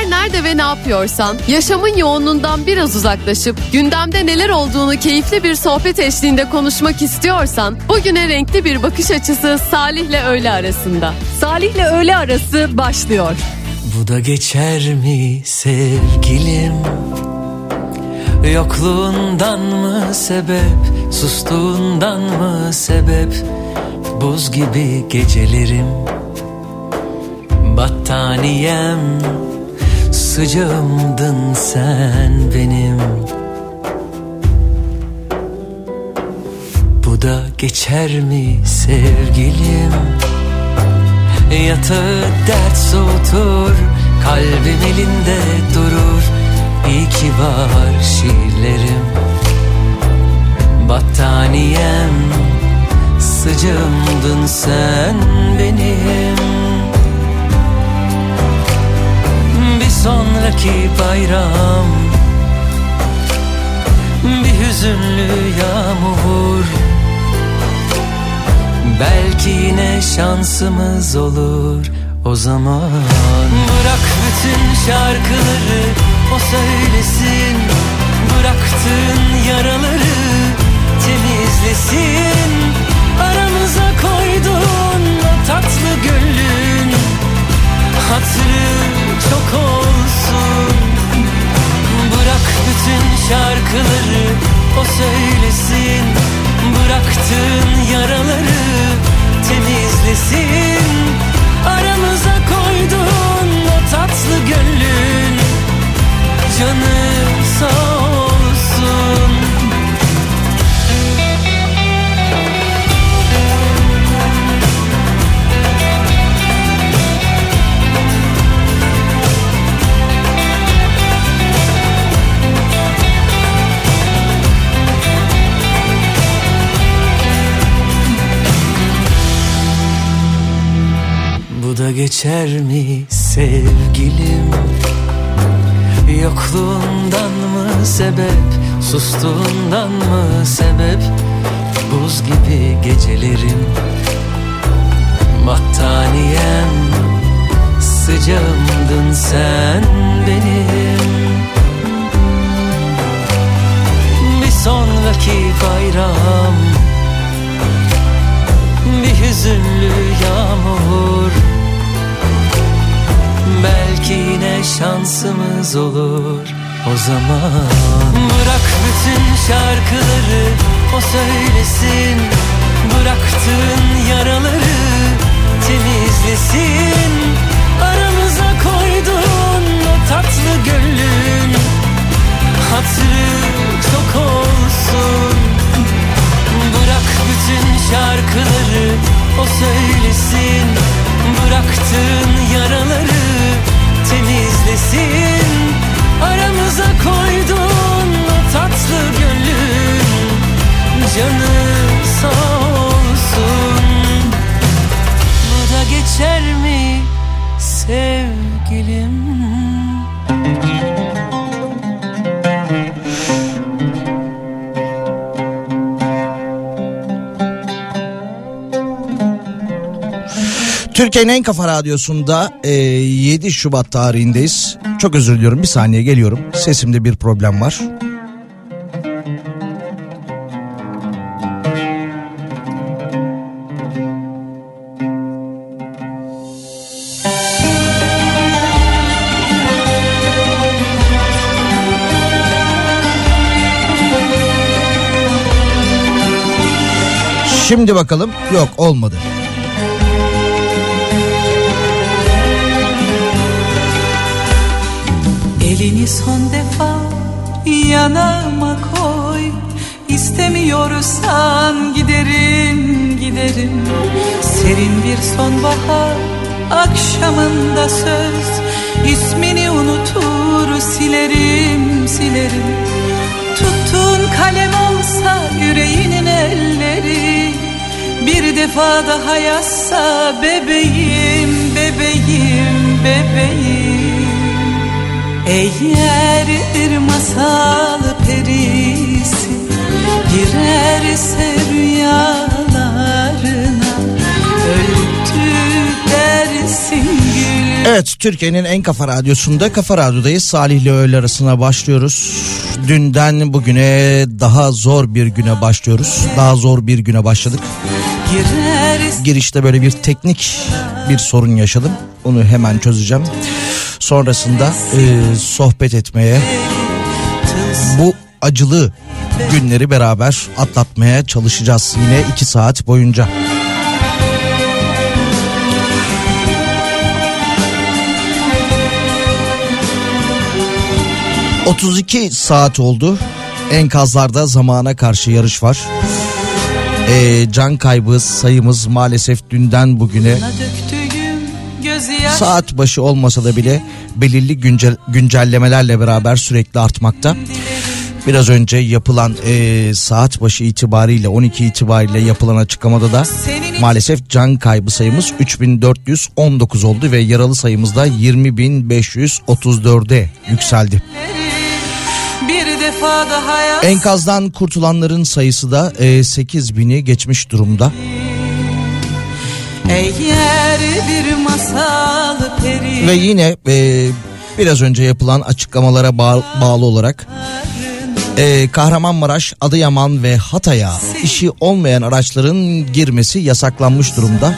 Her nerede ve ne yapıyorsan, yaşamın yoğunluğundan biraz uzaklaşıp gündemde neler olduğunu keyifli bir sohbet eşliğinde konuşmak istiyorsan, bugüne renkli bir bakış açısı Salih'le öğle arasında. Salih'le öğle arası başlıyor. Bu da geçer mi sevgilim? Yokluğundan mı sebep, sustuğundan mı sebep? Buz gibi gecelerim, battaniyem, sıcağımdın sen benim. Bu da geçer mi sevgilim? Yatağı dert soğutur, kalbim elinde durur. İyi ki var şiirlerim, battaniyem, sıcağımdın sen benim. Bir sonraki bayram, bir hüzünlü yağmur, belki yine şansımız olur o zaman. Bırak bütün şarkıları o söylesin, bıraktığın yaraları temizlesin. Aramıza koyduğun o tatlı gönlün hatırı çok olsun. Bırak bütün şarkıları o söylesin, bıraktığın yaraları temizlesin. Aramıza koyduğun o tatlı gönlün canı sağ olsun. Bu da geçer mi sevgilim? Yokluğundan mı sebep, sustuğundan mı sebep? Buz gibi gecelerim, battaniyem, sıcağımdın sen benim. Bir sonraki bayram, bir hüzünlü yağmur, belki yine şansımız olur o zaman. Bırak bütün şarkıları o söylesin, bıraktığın yaraları temizlesin. Aramıza koyduğun o tatlı gönlün hatırı çok olsun. Bırak bütün şarkıları o söylesin, bıraktığın yaraları temizlesin. Aramıza koyduğun o tatlı gönlün canı sağ olsun. Bu da geçer mi sevgilim? Türkiye'nin en kafa radyosunda 7 Şubat tarihindeyiz. Çok özür diliyorum, bir saniye geliyorum. Sesimde bir problem var. Şimdi bakalım, yok olmadı. Elini son defa yanağıma koy. İstemiyorsan giderim, giderim. Serin bir sonbahar akşamında söz. İsmini unutur silerim, silerim. Tuttuğun kalem olsa yüreğinin elleri. Bir defa daha yazsa bebeğim, bebeğim, bebeğim. Eğer bir masal perisi girerse rüyalarına, öldü dersin gülüm. Evet, Türkiye'nin en kafa radyosunda, Kafa Radyo'dayız. Salih ile öğle arasına başlıyoruz. Dünden bugüne daha zor bir güne başlıyoruz. Daha zor bir güne başladık. Girişte böyle bir teknik bir sorun yaşadım. Onu hemen çözeceğim. Sonrasında sohbet etmeye, bu acılı günleri beraber atlatmaya çalışacağız yine 2 saat boyunca. ...32 saat oldu. Enkazlarda zamana karşı yarış var. Can kaybı sayımız maalesef dünden bugüne... ...saat başı olmasa da bile... ...belirli güncellemelerle beraber sürekli artmakta. Biraz önce yapılan saat başı itibariyle 12 itibariyle yapılan açıklamada da maalesef can kaybı sayımız 3419 oldu ve yaralı sayımız da 20.534'e yükseldi. Enkazdan kurtulanların sayısı da 8.000'i geçmiş durumda. Ve yine biraz önce yapılan açıklamalara bağlı olarak Kahramanmaraş, Adıyaman ve Hatay'a işi olmayan araçların girmesi yasaklanmış durumda.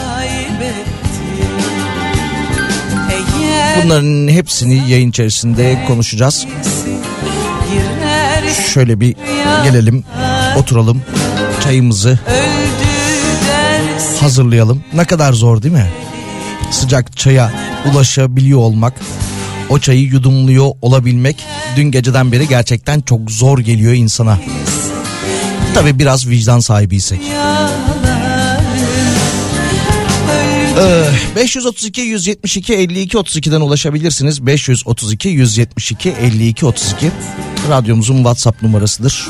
Bunların hepsini yayın içerisinde konuşacağız. Şöyle bir gelelim, oturalım, çayımızı hazırlayalım. Ne kadar zor değil mi? Sıcak çaya ulaşabiliyor olmak, o çayı yudumluyor olabilmek dün geceden beri gerçekten çok zor geliyor insana. Tabii biraz vicdan sahibiysek. 532 172 52 32'den ulaşabilirsiniz. 532 172 52 32 radyomuzun WhatsApp numarasıdır.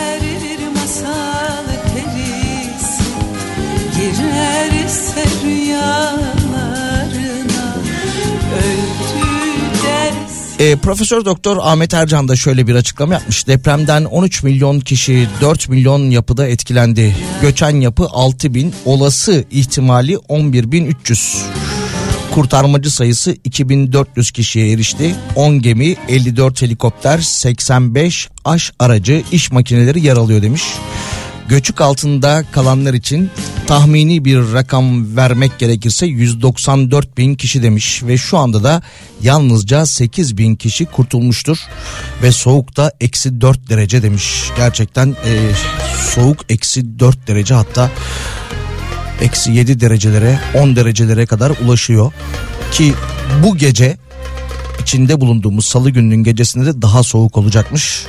Profesör Doktor Ahmet Ercan da şöyle bir açıklama yapmış. Depremden 13 milyon kişi 4 milyon yapıda etkilendi. Göçen yapı 6.000, olası ihtimali 11.300. Kurtarmacı sayısı 2400 kişiye erişti. 10 gemi, 54 helikopter, 85 aş aracı, iş makineleri yer alıyor demiş. Göçük altında kalanlar için tahmini bir rakam vermek gerekirse 194.000 kişi demiş ve şu anda da yalnızca 8.000 kişi kurtulmuştur ve soğukta -4 derece demiş. Gerçekten soğuk -4 derece, hatta -7 derecelere, 10 derecelere kadar ulaşıyor ki bu gece içinde bulunduğumuz salı gününün gecesinde de daha soğuk olacakmış.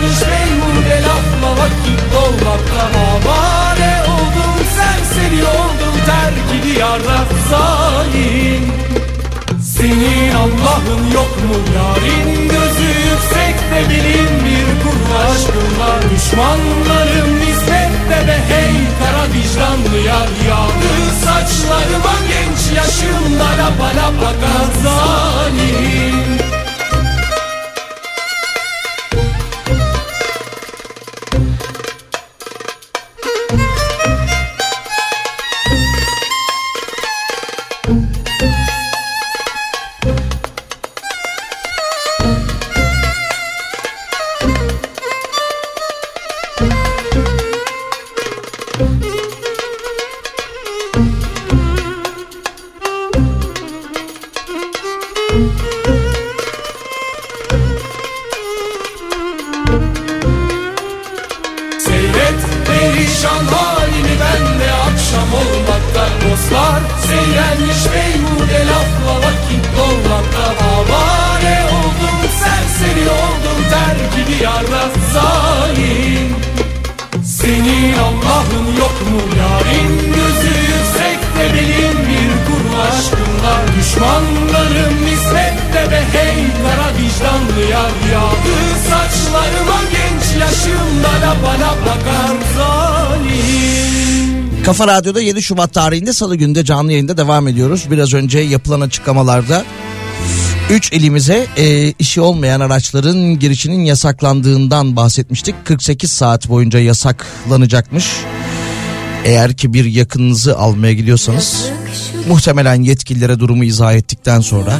Seyrenmiş beyhude lafla vakit dolmakta havale oldum, serseri oldum terk diyarda zalim. Senin Allah'ın yok mu yarin, gözü yüksekte bilin bir kuru aşkınla. Düşmanlarım nispette be hey kara vicdanlı yar, yağdı saçlarıma genç yaşımda lapa lapa kar zalim. Kafa Radyo'da 7 Şubat tarihinde Salı günde canlı yayında devam ediyoruz. Biraz önce yapılan açıklamalarda 3 ilimize işi olmayan araçların girişinin yasaklandığından bahsetmiştik. 48 saat boyunca yasaklanacakmış. Eğer ki bir yakınınızı almaya gidiyorsanız muhtemelen yetkililere durumu izah ettikten sonra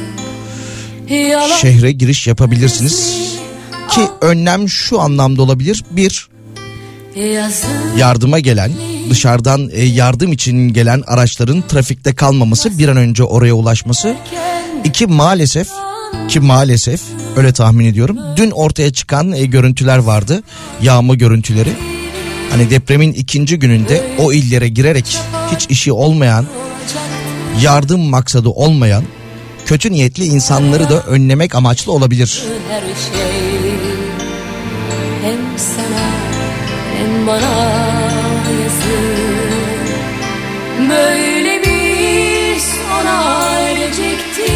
şehre giriş yapabilirsiniz. Ki önlem şu anlamda olabilir: 1. Yardıma gelen, dışarıdan yardım için gelen araçların trafikte kalmaması, bir an önce oraya ulaşması. 2. Maalesef öyle tahmin ediyorum, dün ortaya çıkan görüntüler vardı, yağma görüntüleri. Hani depremin 2. gününde o illere girerek hiç işi olmayan, yardım maksadı olmayan kötü niyetli insanları da önlemek amaçlı olabilir. Her şey hem sana hem bana yazık. Böyle bir sona erecekti,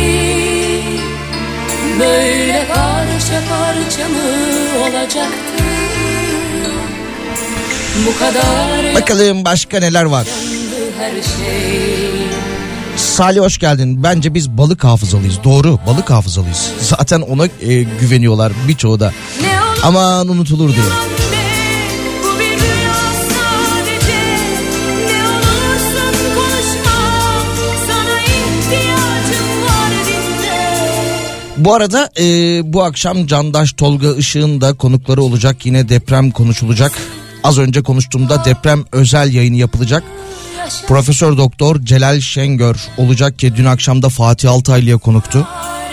böyle parça parça mı olacaktı? Bu kadar bakalım başka neler var. Her şey. Salih hoş geldin. Bence biz balık hafızalıyız. Doğru, balık hafızalıyız. Zaten ona güveniyorlar birçoğu da. Aman unutulur diye. Bu arada bu akşam Candaş Tolga Işık'ın da konukları olacak. Yine deprem konuşulacak. Az önce konuştuğumda deprem özel yayını yapılacak. Profesör Doktor Celal Şengör olacak ki dün akşam da Fatih Altaylı'ya konuktu.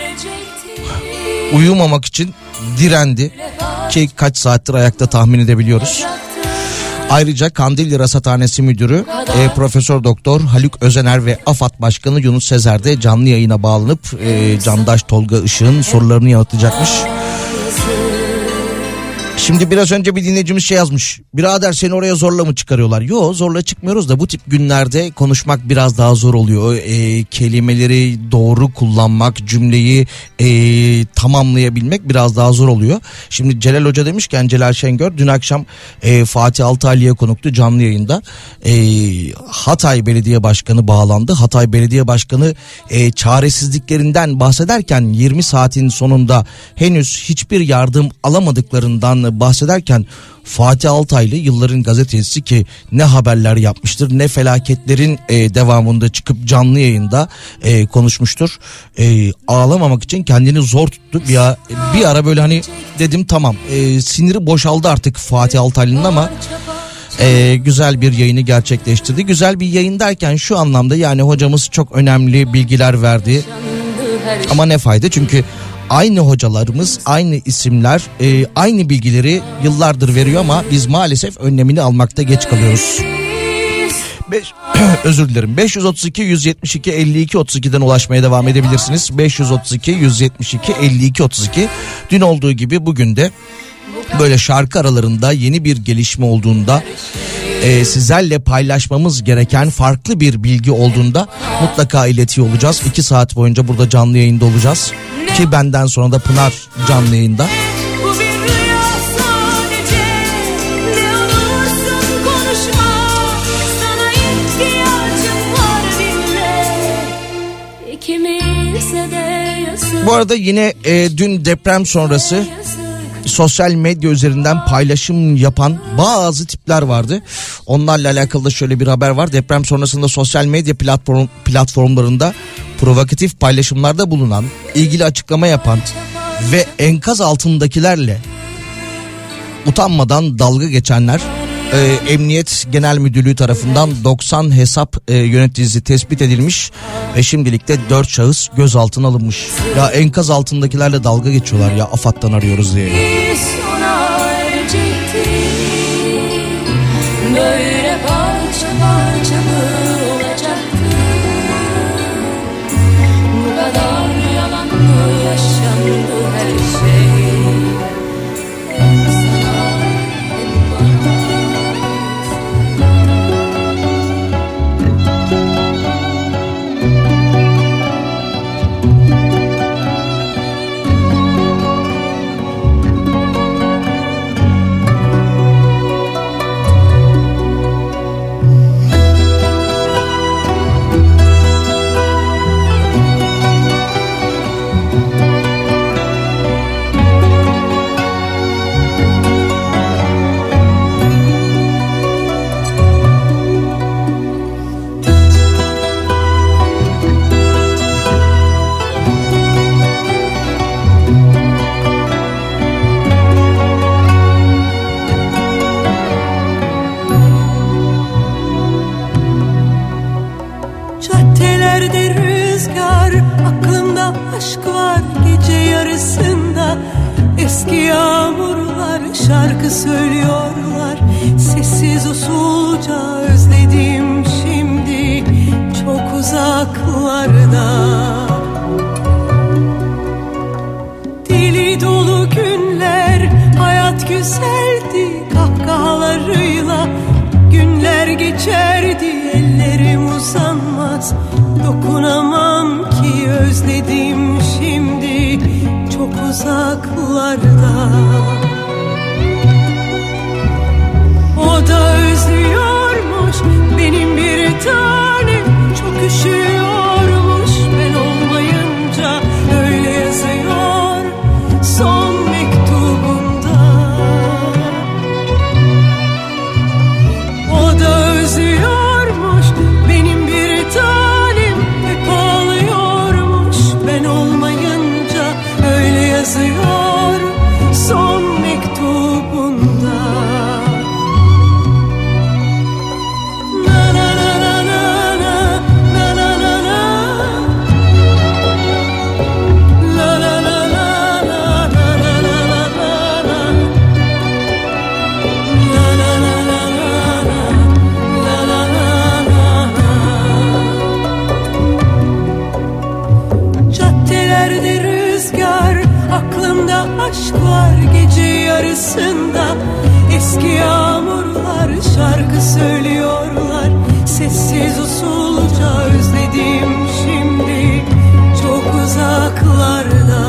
Uyumamak için direndi ki kaç saattir ayakta tahmin edebiliyoruz. Ayrıca Kandilli Rasathanesi Müdürü Profesör Doktor Haluk Özener ve AFAD Başkanı Yunus Sezer de canlı yayına bağlanıp Candaş Tolga Işık'ın sorularını yanıtlayacakmış. Şimdi biraz önce bir dinleyicimiz şey yazmış. Birader seni oraya zorla mı çıkarıyorlar? Yok, zorla çıkmıyoruz da bu tip günlerde konuşmak biraz daha zor oluyor. Kelimeleri doğru kullanmak, cümleyi tamamlayabilmek biraz daha zor oluyor. Şimdi Celal Hoca demişken, Celal Şengör dün akşam Fatih Altaylı'ya konuktu canlı yayında. Hatay Belediye Başkanı bağlandı. Hatay Belediye Başkanı çaresizliklerinden bahsederken 20 saatin sonunda henüz hiçbir yardım alamadıklarından bahsederken Fatih Altaylı yılların gazetecisi ki ne haberler yapmıştır, ne felaketlerin devamında çıkıp canlı yayında konuşmuştur. Ağlamamak için kendini zor tuttu. Bir ara böyle hani dedim tamam, siniri boşaldı artık Fatih Altaylı'nın ama güzel bir yayını gerçekleştirdi. Güzel bir yayın derken şu anlamda, yani hocamız çok önemli bilgiler verdi ama ne fayda, çünkü aynı hocalarımız, aynı isimler, aynı bilgileri yıllardır veriyor ama biz maalesef önlemini almakta geç kalıyoruz. Özür dilerim. 532 172 52 32'den ulaşmaya devam edebilirsiniz. 532 172 52 32. Dün olduğu gibi bugün de böyle şarkı aralarında yeni bir gelişme olduğunda, sizlerle paylaşmamız gereken farklı bir bilgi olduğunda mutlaka iletiyor olacağız. 2 saat boyunca burada canlı yayında olacağız. Ki benden sonra da Pınar canlı yayında. Bu arada yine dün deprem sonrası sosyal medya üzerinden paylaşım yapan bazı tipler vardı. Onlarla alakalı da şöyle bir haber var. Deprem sonrasında sosyal medya platformlarında provokatif paylaşımlarda bulunan, ilgili açıklama yapan ve enkaz altındakilerle utanmadan dalga geçenler Emniyet Genel Müdürlüğü tarafından 90 hesap yöneticisi tespit edilmiş ve şimdilik de 4 şahıs gözaltına alınmış. Ya enkaz altındakilerle dalga geçiyorlar ya, AFAD'dan arıyoruz diye. Böyle parça parça mı olacaktı? Bu kadar yalan mı yaşandı her şey? Hem sana hem bana. Eski yağmurlar şarkı söylüyorlar, sessiz usulca özledim şimdi çok uzaklarda. Dili dolu günler, hayat güzeldi kahkahalarıyla. Günler geçerdi, ellerim uzanmaz, dokunamam ki özledim şimdi çok uzaklarda. O da özlüyormuş benim bir tanem, çok üşüyormuş ben olmayınca, öyle yazıyor son mektubunda. O da özlüyormuş benim bir tanem, hep ağlıyormuş ben olmayınca, öyle yazıyor son mektubunda. Na na na na na na na na na. La la la la la la la la la la. La la la la la la la la. Caddelerde rüzgar, aklımda aşk var gece yarısında. Eski yağmurlar şarkı söylüyorlar, sessiz usulca özledim şimdi çok uzaklarda.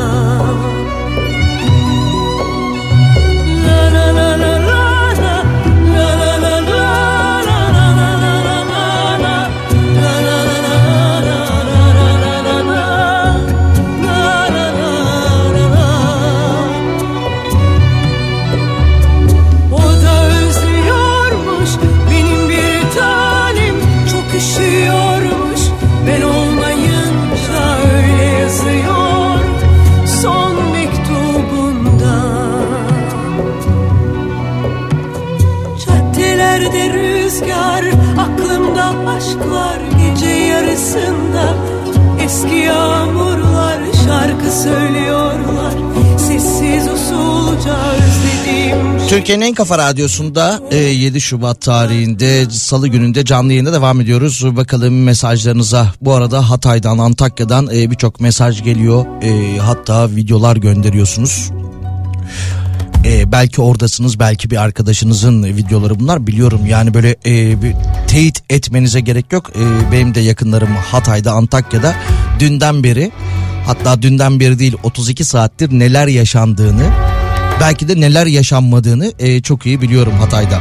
La la la la la la, la la la la la la la la la la, la la la la la la la la la. O da özlüyormuş benim bir tanem, çok üşüyormuş ben olmayınca, öyle yazıyor son mektubunda. Caddelerde rüzgar, aklımda aşk var gece yarısında. Eski yağmurlar şarkı söylüyorlar, sessiz usulca özledim. Türkiye'nin en kafa radyosunda 7 Şubat tarihinde Salı gününde canlı yayında devam ediyoruz. Bakalım mesajlarınıza. Bu arada Hatay'dan, Antakya'dan birçok mesaj geliyor. Hatta videolar gönderiyorsunuz. Belki oradasınız, belki bir arkadaşınızın videoları bunlar, biliyorum. Yani böyle bir teyit etmenize gerek yok. Benim de yakınlarım Hatay'da, Antakya'da dünden beri, hatta dünden beri değil 32 saattir neler yaşandığını, belki de neler yaşanmadığını çok iyi biliyorum Hatay'da.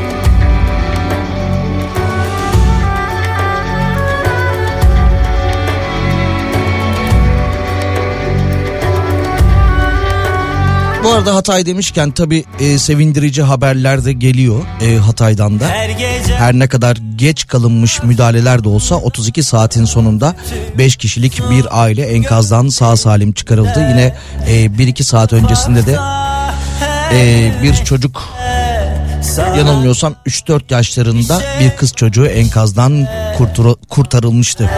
Bu arada Hatay demişken tabii sevindirici haberler de geliyor Hatay'dan da. Her ne kadar geç kalınmış müdahaleler de olsa 32 saatin sonunda 5 kişilik bir aile enkazdan sağ salim çıkarıldı. Yine 1-2 saat öncesinde de bir çocuk, yanılmıyorsam 3-4 yaşlarında bir kız çocuğu enkazdan kurtarılmıştı.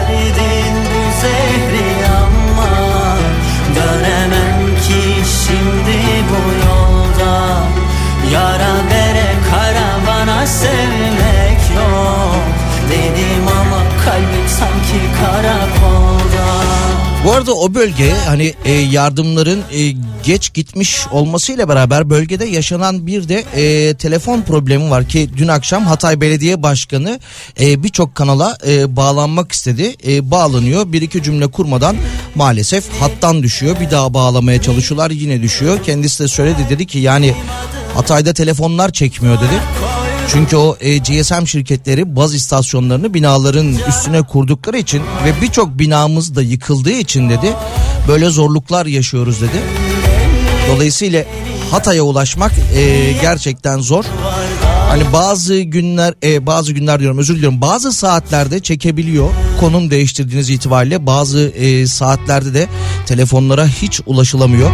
Yara bere karavana sevmek yok dedim ama kalbim sanki karakolda. Bu arada o bölge hani yardımların geç gitmiş olmasıyla beraber bölgede yaşanan bir de telefon problemi var ki dün akşam Hatay Belediye Başkanı birçok kanala bağlanmak istedi. Bağlanıyor, 1-2 cümle kurmadan maalesef hattan düşüyor, bir daha bağlamaya çalışıyorlar, yine düşüyor. Kendisi de söyledi, dedi ki yani Hatay'da telefonlar çekmiyor dedi. Çünkü o GSM şirketleri baz istasyonlarını binaların üstüne kurdukları için ve birçok binamız da yıkıldığı için dedi, böyle zorluklar yaşıyoruz dedi. Dolayısıyla Hatay'a ulaşmak gerçekten zor. Hani bazı günler diyorum, özür diliyorum, bazı saatlerde çekebiliyor konum değiştirdiğiniz itibariyle, bazı saatlerde de telefonlara hiç ulaşılamıyor.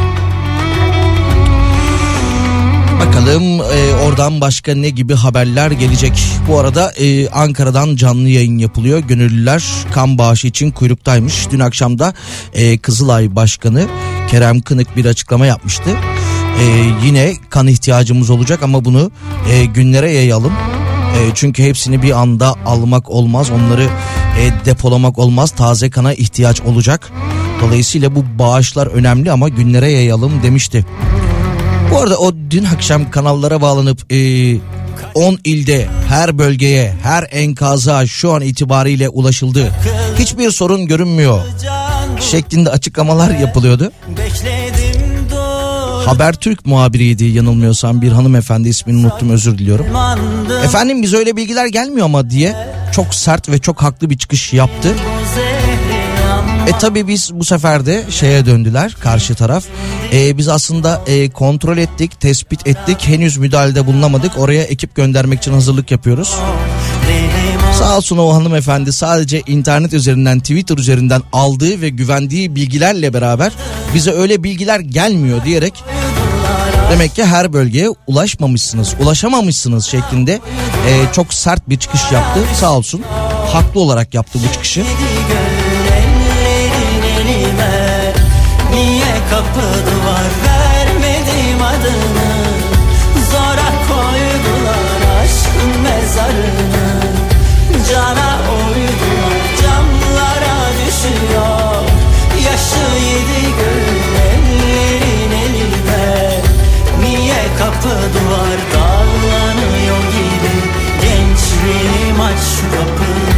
Bakalım oradan başka ne gibi haberler gelecek. Bu arada Ankara'dan canlı yayın yapılıyor. Gönüllüler kan bağışı için kuyruktaymış. Dün akşam da Kızılay Başkanı Kerem Kınık bir açıklama yapmıştı. Yine kan ihtiyacımız olacak ama bunu günlere yayalım. Çünkü hepsini bir anda almak olmaz. Onları depolamak olmaz. Taze kana ihtiyaç olacak. Dolayısıyla bu bağışlar önemli ama günlere yayalım demişti. Bu arada o dün akşam kanallara bağlanıp 10 ilde her bölgeye, her enkaza şu an itibariyle ulaşıldı, hiçbir sorun görünmüyor şeklinde açıklamalar yapılıyordu. Habertürk muhabiriydi yanılmıyorsam bir hanımefendi, ismini unuttum, özür diliyorum. Efendim biz öyle bilgiler gelmiyor ama diye çok sert ve çok haklı bir çıkış yaptı. Tabii biz bu sefer de şeye döndüler karşı taraf. Biz aslında kontrol ettik, tespit ettik, henüz müdahalede bulunamadık, oraya ekip göndermek için hazırlık yapıyoruz. Sağ olsun o hanımefendi sadece internet üzerinden, Twitter üzerinden aldığı ve güvendiği bilgilerle beraber bize öyle bilgiler gelmiyor diyerek demek ki her bölgeye ulaşamamışsınız şeklinde çok sert bir çıkış yaptı. Sağ olsun, haklı olarak yaptı bu çıkışı. Niye kapı duvar vermedim adını, zora koydular aşkın mezarını, cana uydular camlara düşüyor, yaşı 7 gün ellerin elime. Niye kapı duvar dallanıyor gibi, gençliğim aç şu kapıyı.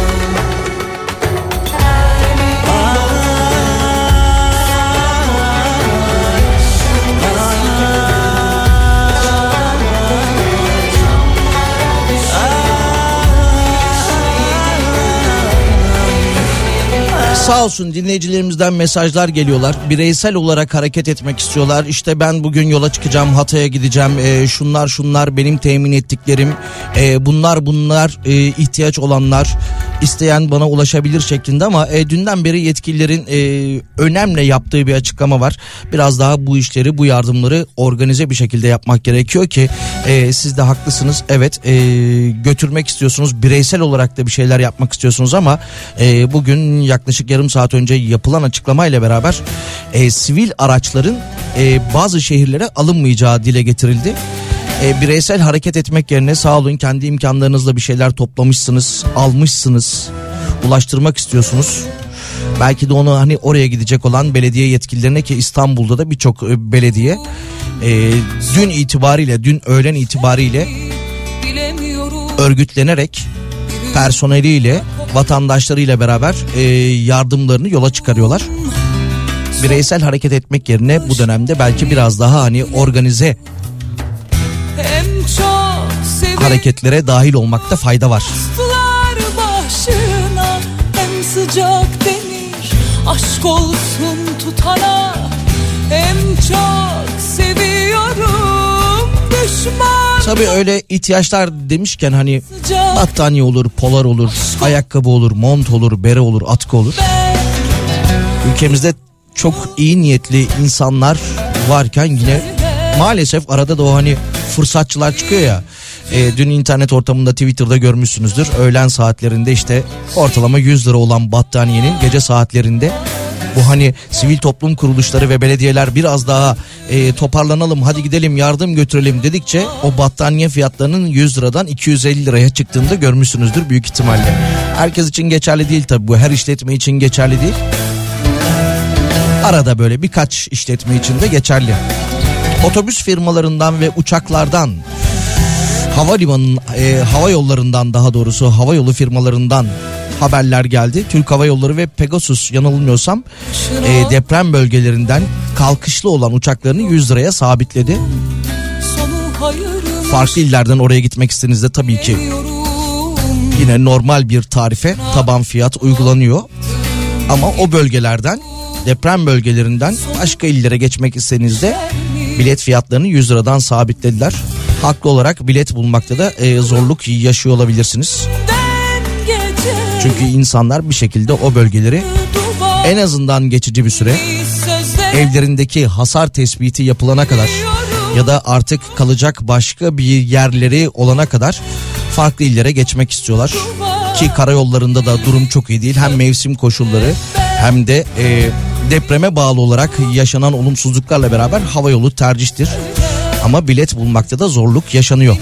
Sağ olsun dinleyicilerimizden mesajlar geliyorlar. Bireysel olarak hareket etmek istiyorlar. İşte ben bugün yola çıkacağım, Hatay'a gideceğim. Şunlar benim temin ettiklerim. Bunlar ihtiyaç olanlar, isteyen bana ulaşabilir şeklinde ama dünden beri yetkililerin önemli yaptığı bir açıklama var. Biraz daha bu işleri, bu yardımları organize bir şekilde yapmak gerekiyor ki siz de haklısınız. Evet, götürmek istiyorsunuz, bireysel olarak da bir şeyler yapmak istiyorsunuz ama bugün yaklaşık yarım saat önce yapılan açıklamayla beraber sivil araçların bazı şehirlere alınmayacağı dile getirildi. Bireysel hareket etmek yerine sağ olun kendi imkanlarınızla bir şeyler toplamışsınız, almışsınız, ulaştırmak istiyorsunuz. Belki de onu hani oraya gidecek olan belediye yetkililerine, ki İstanbul'da da birçok belediye dün öğlen itibariyle örgütlenerek personeliyle, vatandaşlarıyla beraber yardımlarını yola çıkarıyorlar. Bireysel hareket etmek yerine bu dönemde belki biraz daha hani organize hareketlere dahil olmakta fayda var. Başına hem sıcak denir, aşk olsun tutana, hem çok seviyorum düşman. Tabii öyle ihtiyaçlar demişken hani battaniye olur, polar olur, ayakkabı olur, mont olur, bere olur, atkı olur. Ülkemizde çok iyi niyetli insanlar varken yine maalesef arada da o hani fırsatçılar çıkıyor ya. Dün internet ortamında, Twitter'da görmüşsünüzdür. Öğlen saatlerinde işte ortalama 100 lira olan battaniyenin gece saatlerinde bu hani sivil toplum kuruluşları ve belediyeler biraz daha toparlanalım, hadi gidelim yardım götürelim dedikçe o battaniye fiyatlarının 100 liradan 250 liraya çıktığını da görmüşsünüzdür büyük ihtimalle. Herkes için geçerli değil tabii bu, her işletme için geçerli değil. Arada böyle birkaç işletme için de geçerli. Otobüs firmalarından ve uçaklardan, hava yollarından, daha doğrusu hava yolu firmalarından haberler geldi. Türk Hava Yolları ve Pegasus yanılmıyorsam deprem bölgelerinden kalkışlı olan uçaklarını 100 liraya sabitledi. Farklı illerden oraya gitmek istediğinizde tabii ki yine normal bir tarife, taban fiyat uygulanıyor. Ama o bölgelerden, deprem bölgelerinden başka illere geçmek istediğinizde bilet fiyatlarını 100 liradan sabitlediler. Haklı olarak bilet bulmakta da zorluk yaşıyor olabilirsiniz. Çünkü insanlar bir şekilde o bölgeleri en azından geçici bir süre, evlerindeki hasar tespiti yapılana kadar ya da artık kalacak başka bir yerleri olana kadar farklı illere geçmek istiyorlar. Ki karayollarında da durum çok iyi değil. Hem mevsim koşulları hem de depreme bağlı olarak yaşanan olumsuzluklarla beraber havayolu tercihtir. Ama bilet bulmakta da zorluk yaşanıyor.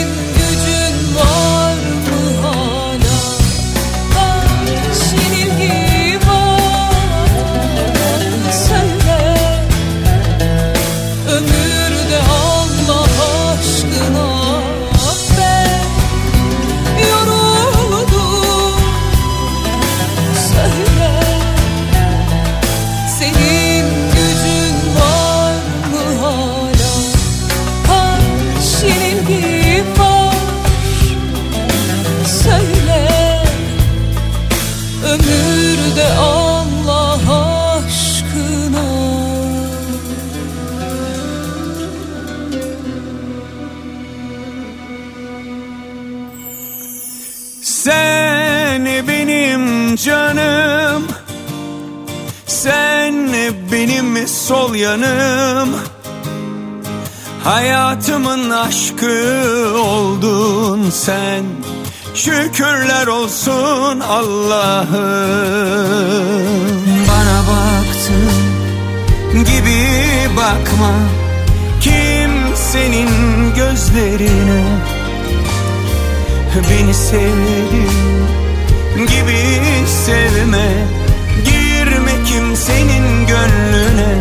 Sen benim canım, sen benim sol yanım, hayatımın aşkı oldun sen. Şükürler olsun Allah'ım. Bana baktın gibi bakma kimsenin gözlerine. Beni sevdiğin gibi sevme, girme kimsenin gönlüne.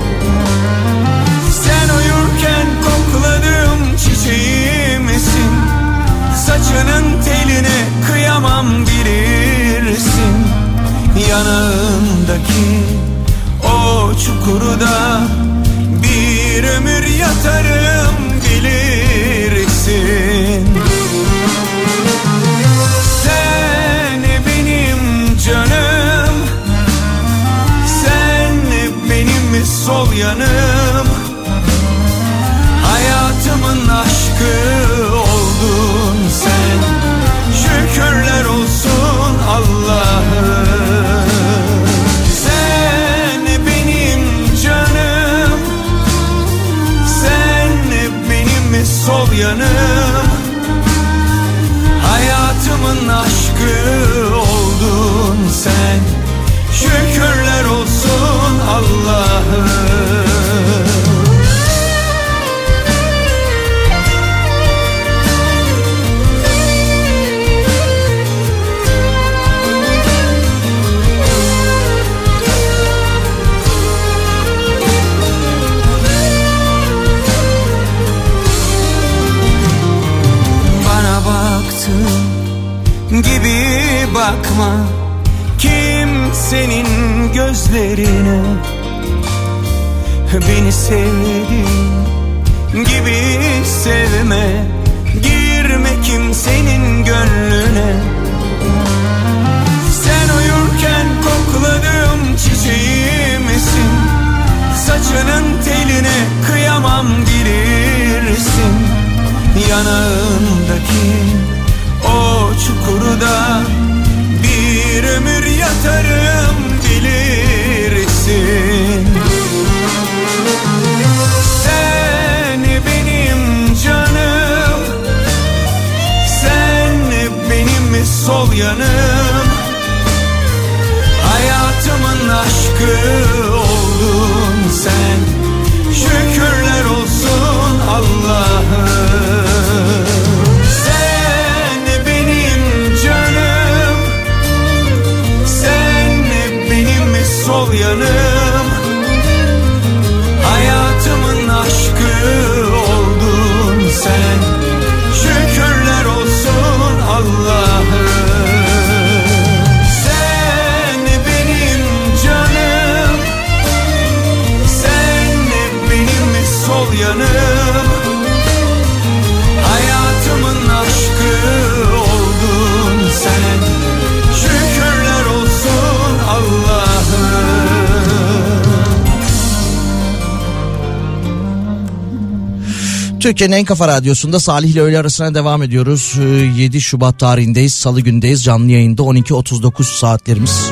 Sen uyurken kokladığım çiçeğimsin, saçının teline kıyamam bilirsin. Yanağındaki o çukurda bir ömür yatarım bilirsin. Sen benim canım, sen benim sol yanım, hayatımın aşkı oldun sen. Şükürler olsun Allah'ım. Sen benim canım, sen benim sol yanım, hayatımın aşkı oldun sen. Şükürler olsun Allah'ım. bakma kimsenin gözlerine. Beni sevdiğin gibi sevme, girme kimsenin gönlüne. Sen uyurken kokladığım çiçeğimsin, saçının teline kıyamam gelirsin. Yanağındaki o çukurda bir ömür yatarım bilirsin. Sen benim canım, sen benim sol yanım. Hayatımın aşkı oldun sen, şükürler olsun Allah'ım. Sen benim canım, sen benim sol yanım. Hayatımın aşkı oldun sen, şükürler olsun Allah'ım. Yanım, hayatımın aşkı oldun sen, şükürler olsun Allah'ım. Türkiye'nin en kafa radyosunda Salih ile öğle arasına devam ediyoruz. 7 Şubat tarihindeyiz, Salı gündeyiz, canlı yayında 12.39 saatlerimiz.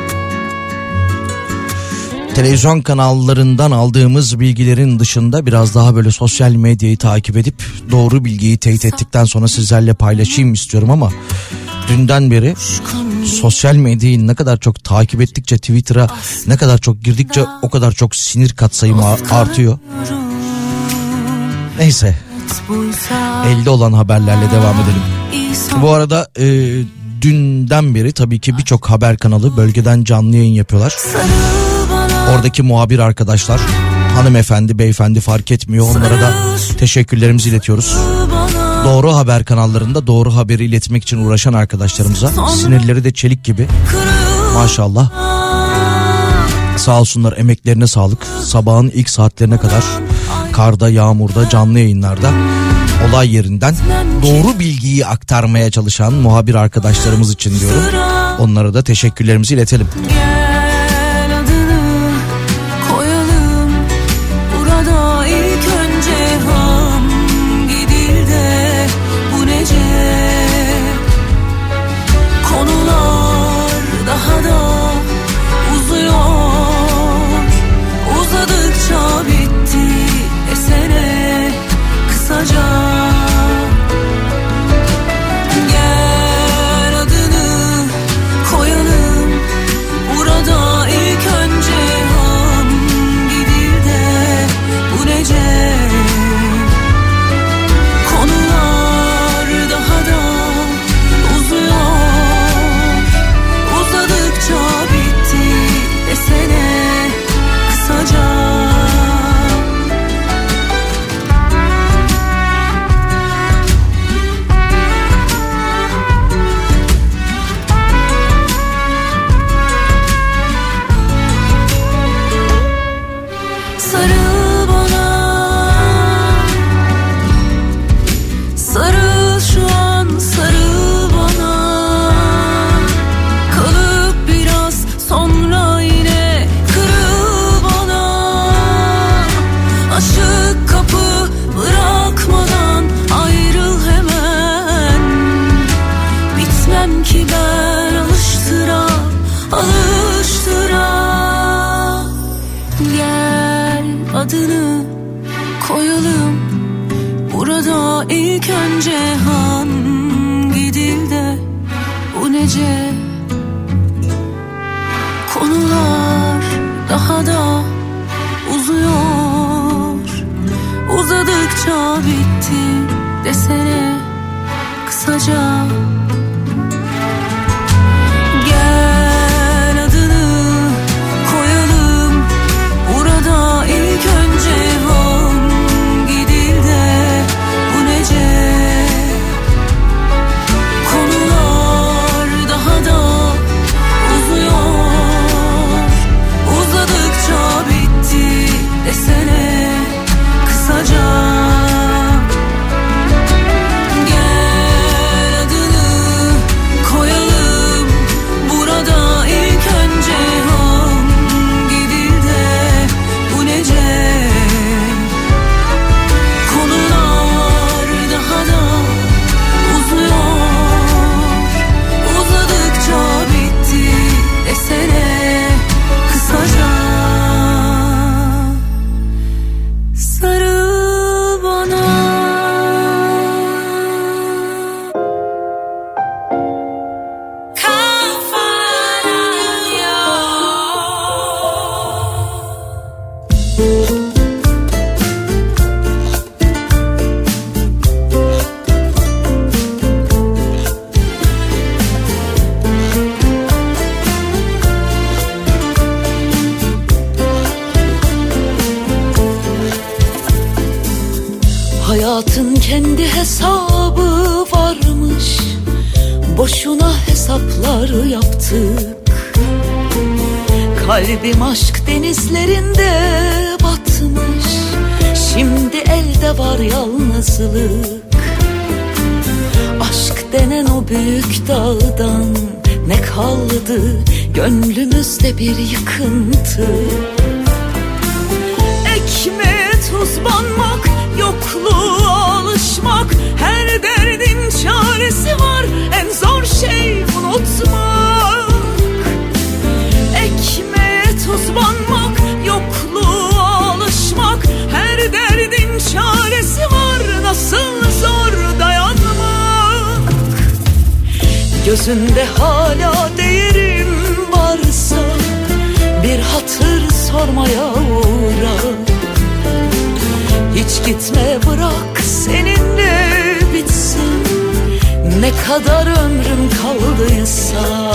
Televizyon kanallarından aldığımız bilgilerin dışında biraz daha böyle sosyal medyayı takip edip doğru bilgiyi teyit ettikten sonra sizlerle paylaşayım istiyorum ama dünden beri sosyal medyayı ne kadar çok takip ettikçe, Twitter'a ne kadar çok girdikçe o kadar çok sinir katsayım artıyor. Neyse, elde olan haberlerle devam edelim. Bu arada dünden beri tabii ki birçok haber kanalı bölgeden canlı yayın yapıyorlar. Oradaki muhabir arkadaşlar, hanımefendi, beyefendi fark etmiyor. Onlara da teşekkürlerimizi iletiyoruz. Doğru haber kanallarında doğru haberi iletmek için uğraşan arkadaşlarımıza, sinirleri de çelik gibi. Maşallah. Sağ olsunlar, emeklerine sağlık. Sabahın ilk saatlerine kadar karda, yağmurda, canlı yayınlarda olay yerinden doğru bilgiyi aktarmaya çalışan muhabir arkadaşlarımız için diyorum. Onlara da teşekkürlerimizi iletelim. Konular daha da hesabı varmış, boşuna hesaplar yaptık. Kalbim aşk denizlerinde batmış, şimdi elde var yalnızlık. Aşk denen o büyük dağdan ne kaldı, gönlümüzde bir yıkıntı. Ekmeğe tuz banmak, yokluğa alışmak, her derdin çaresi var, en zor şey unutmak. Ekmeğe tuz banmak, yokluğa alışmak, her derdin çaresi var, nasıl zor dayanmak. Gözünde hala değerim varsa, bir hatır sormaya uğra. Hiç gitme, bırak seninle bitsin, ne kadar ömrüm kaldıysa.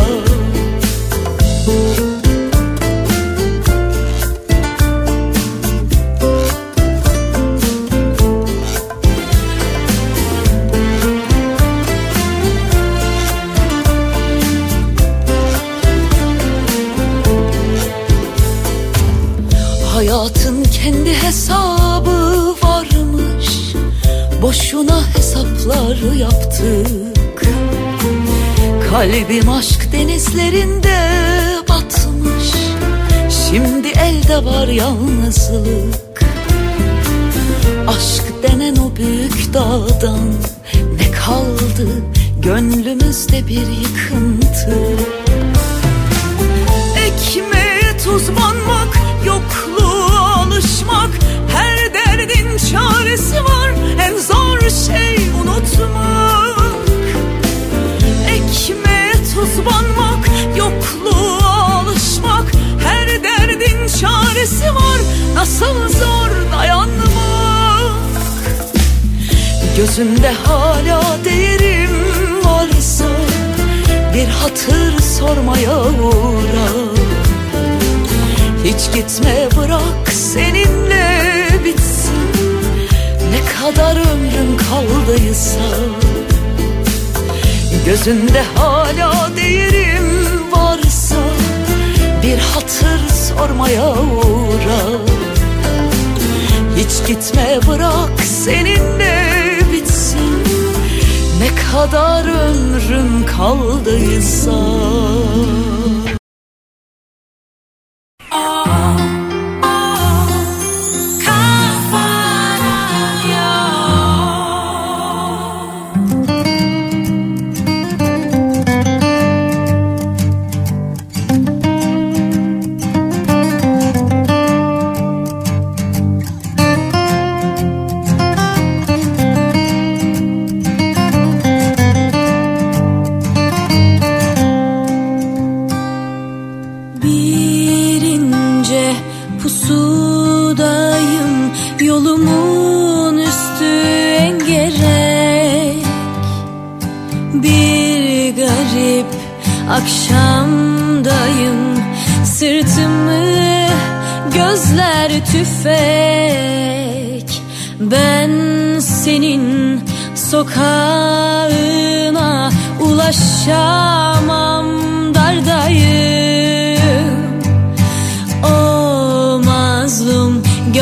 Hayatın kendi hesabı varmış, boşuna hesaplar yaptık. Kalbim aşk denizlerinde batmış, şimdi elde var yalnızlık. Aşk denen o büyük dağdan ne kaldı, gönlümüzde bir yıkıntı. Ekmeğe tuz banmak, yokluğa alışmak, her derdin çaresi var, en zor şey unutmak. Ekmeğe tuz banmak, yokluğa alışmak, her derdin çaresi var, nasıl zor dayanmak. Gözünde hala değerim varsa, bir hatır sormaya uğra. Hiç gitme, bırak seninle bitsin, ne kadar ömrüm kaldıysa. Gözünde hala değerim varsa, bir hatır sormaya uğra. Hiç gitme, bırak seninle bitsin, ne kadar ömrüm kaldıysa. Akşamdayım, sırtımı gözler tüfek. Ben senin sokağına ulaşamam, dardayım. O mazlum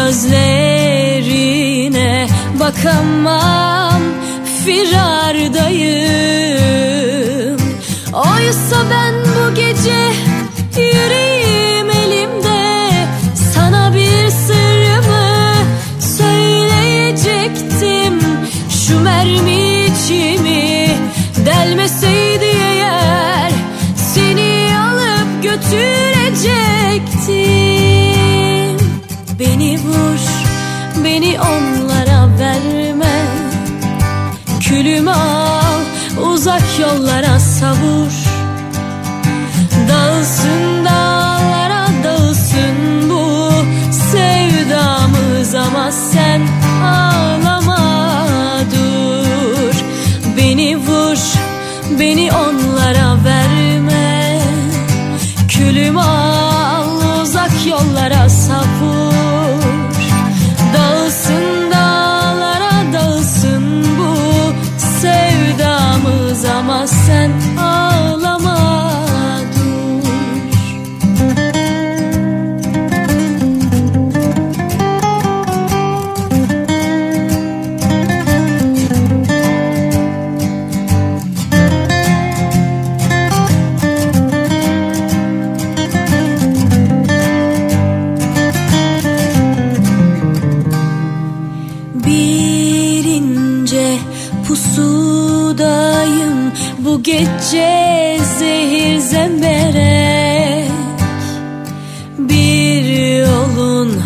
gözlerine bakamam, firardayım. Oysa ben bu gece yüreğim elimde, sana bir sırrımı söyleyecektim. Şu mermi içimi delmeseydi eğer, seni alıp götürecektim. Beni vur, beni onlara verme, külümü al, uzak yollara savur. Dağılsın dağlara, dağılsın bu sevdamız, ama sen ağlama, dur. Beni vur, beni onlara verme, külümü al, uzak yollara savur. Dağılsın dağlara, dağılsın bu ama sen ağlama dur. Bir ince pusudayım bu gece zehir zemberek, bir yolun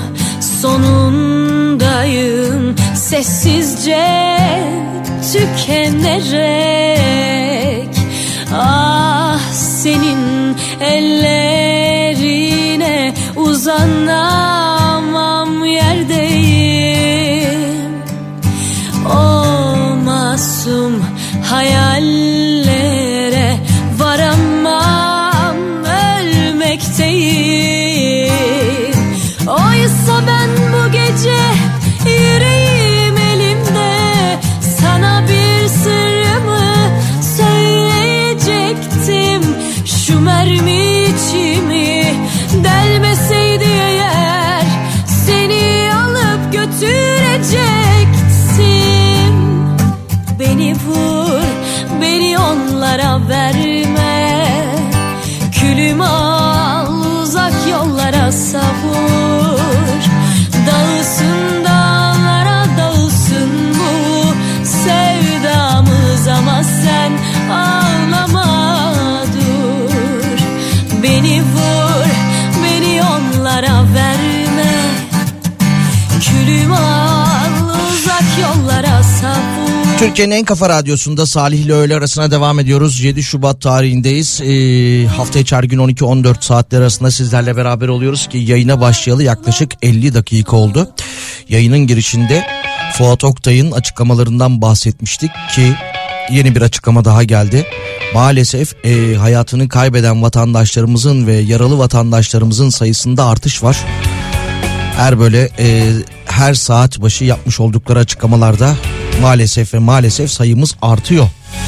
sonundayım sessizce tükenerek. Ah senin ellerine uzanamam yerdeyim. O masum hayallere varamam, ölmekteyim. Oysa ben bu gece yüreğim elimde sana bir sırrımı söyleyecektim. Şu mermi içimi delmeseydi eğer seni alıp götürecektim. Beni vur, beni onlara verme. Külümü al, uzak yollara savur. Dağılsın dağlara, dağılsın bu sevdamız ama sen ağlama dur. Beni vur, beni onlara verme. Külümü al, uzak yollara savur. Türkiye'nin en kafa radyosunda Salih ile öğle arasına devam ediyoruz. 7 Şubat tarihindeyiz. Hafta içi her gün 12-14 saatler arasında sizlerle beraber oluyoruz ki yayına başlayalı yaklaşık 50 dakika oldu. Yayının girişinde Fuat Oktay'ın açıklamalarından bahsetmiştik ki yeni bir açıklama daha geldi. Maalesef hayatını kaybeden vatandaşlarımızın ve yaralı vatandaşlarımızın sayısında artış var. Her saat başı yapmış oldukları açıklamalarda maalesef sayımız artıyor.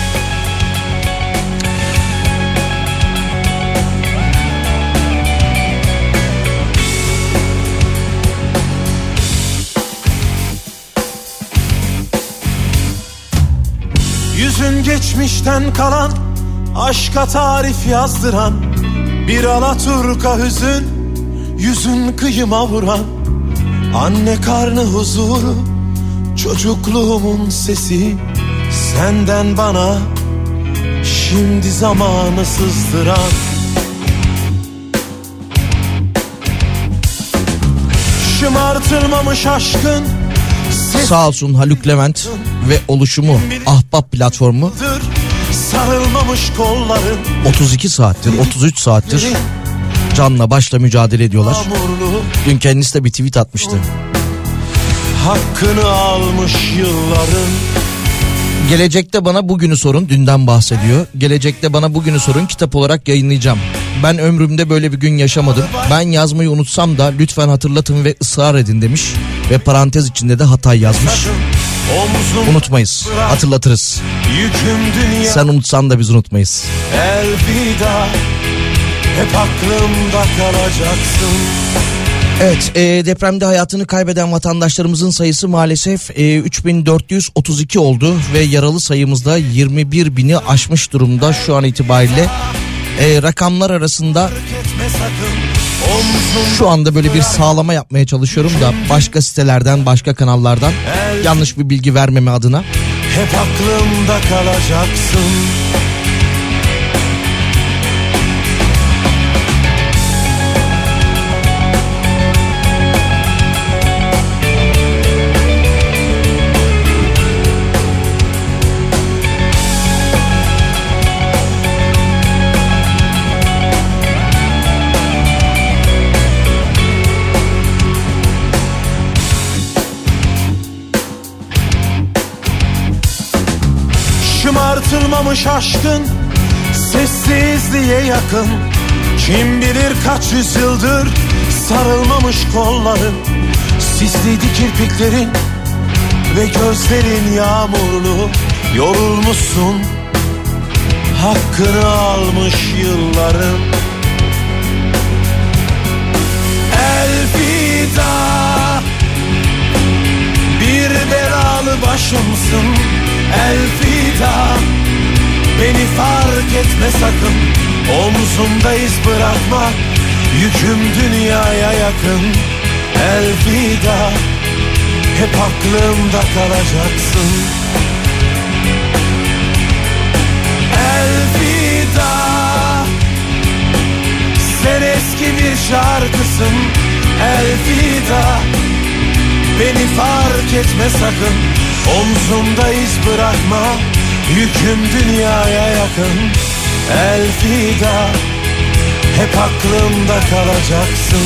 Yüzün geçmişten kalan, aşka tarif yazdıran, bir alaturka hüzün, yüzün kıyıma vuran. Anne karnı huzuru, çocukluğumun sesi, senden bana şimdi zamanı sızdıran. Şımartılmamış aşkın Sağ olsun Haluk Levent ve oluşumu Ahbap platformu sarılmamış kolların 32 saattir 33 saattir canla başla mücadele ediyorlar. Dün kendisi de bir tweet atmıştı. Hakkını almış yılların. Gelecekte bana bugünü sorun, dünden bahsediyor. Gelecekte bana bugünü sorun, kitap olarak yayınlayacağım. Ben ömrümde böyle bir gün yaşamadım. Ben yazmayı unutsam da lütfen hatırlatın ve ısrar edin demiş. Ve parantez içinde de Hatay yazmış. Unutmayız, hatırlatırız. Sen unutsan da biz unutmayız. Elvida, hep aklımda kalacaksın. Evet, depremde hayatını kaybeden vatandaşlarımızın sayısı maalesef 3432 oldu ve yaralı sayımızda 21.000'i aşmış durumda şu an itibariyle. Rakamlar arasında şu anda böyle bir sağlama yapmaya çalışıyorum da başka sitelerden, başka kanallardan yanlış bir bilgi vermeme adına. Hep aklımda kalacaksın. Şımartılmamış aşkın sessizliğe yakın. Kim bilir kaç yüzyıldır sarılmamış kolların. Sisliydi kirpiklerin ve gözlerin yağmurlu. Yorulmuşsun hakkını almış yılların. Elfida, bir belalı başımsın. Elfida, beni fark etme sakın. Omzumda iz bırakma, yüküm dünyaya yakın. Elfida, hep aklımda kalacaksın. Elfida, sen eski bir şarkısın. Elfida, beni fark etme sakın. Omzumda iz bırakma, yüküm dünyaya yakın. Elfida, hep aklımda kalacaksın.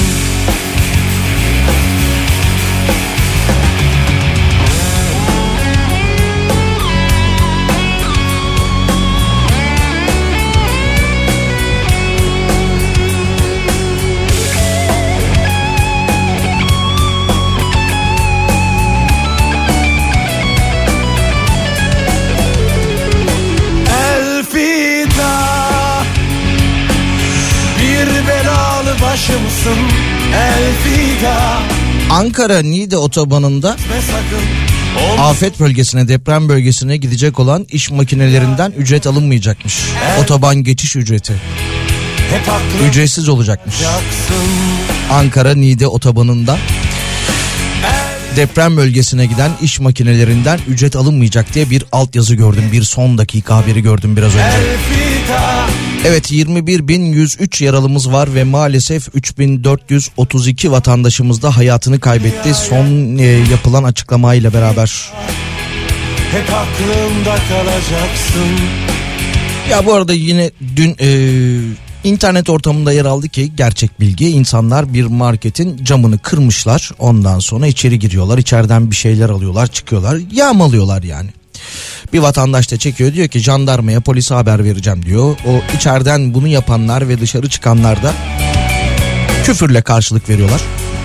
Başımsın Elfida. Ankara Niğde otobanında afet bölgesine, deprem bölgesine gidecek olan iş makinelerinden ücret alınmayacakmış. Otoban geçiş ücreti ücretsiz olacakmış. Ankara Niğde otobanında deprem bölgesine giden iş makinelerinden ücret alınmayacak diye bir altyazı gördüm. Bir son dakika haberi gördüm biraz önce. Evet, 21.103 yaralımız var ve maalesef 3.432 vatandaşımız da hayatını kaybetti son yapılan açıklamayla beraber. Hep aklımda kalacaksın. Ya bu arada yine dün internet ortamında yer aldı ki gerçek bilgi, insanlar bir marketin camını kırmışlar, ondan sonra içeri giriyorlar, içeriden bir şeyler alıyorlar, çıkıyorlar, yağmalıyorlar yani. Bir vatandaş da çekiyor, diyor ki jandarmaya, polise haber vereceğim diyor. O içeriden bunu yapanlar ve dışarı çıkanlar da küfürle karşılık veriyorlar.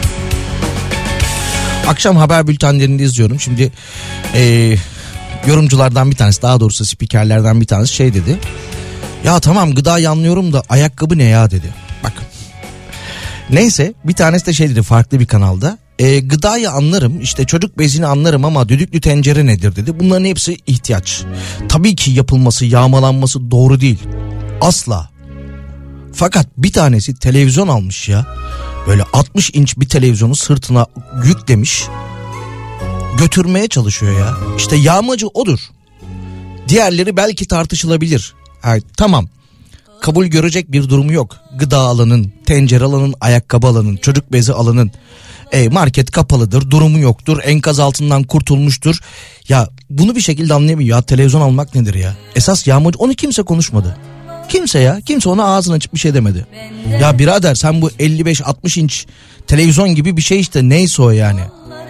Akşam haber bültenlerinde izliyorum. Şimdi yorumculardan bir tanesi, daha doğrusu spikerlerden bir tanesi şey dedi. Ya tamam gıdayı anlıyorum da ayakkabı ne ya dedi. Bakın. Neyse, bir tanesi de şey dedi farklı bir kanalda. Gıdayı anlarım, işte çocuk bezini anlarım ama düdüklü tencere nedir dedi. Bunların hepsi ihtiyaç. Tabii ki yapılması, yağmalanması doğru değil. Asla. Fakat bir tanesi televizyon almış ya. Böyle 60 inç bir televizyonu sırtına yüklemiş. Götürmeye çalışıyor ya. İşte yağmacı odur. Diğerleri belki tartışılabilir. Evet, tamam. Kabul görecek bir durumu yok. Gıda alanın, tencere alanın, ayakkabı alanın, çocuk bezi alanın. Market kapalıdır, durumu yoktur, enkaz altından kurtulmuştur. Ya bunu bir şekilde anlayamıyor. Ya televizyon almak nedir ya? Esas yağmacı, onu kimse konuşmadı. Kimse ona ağzını açıp bir şey demedi. Ya birader, sen bu 55-60 inç televizyon gibi bir şey işte, neyse o yani.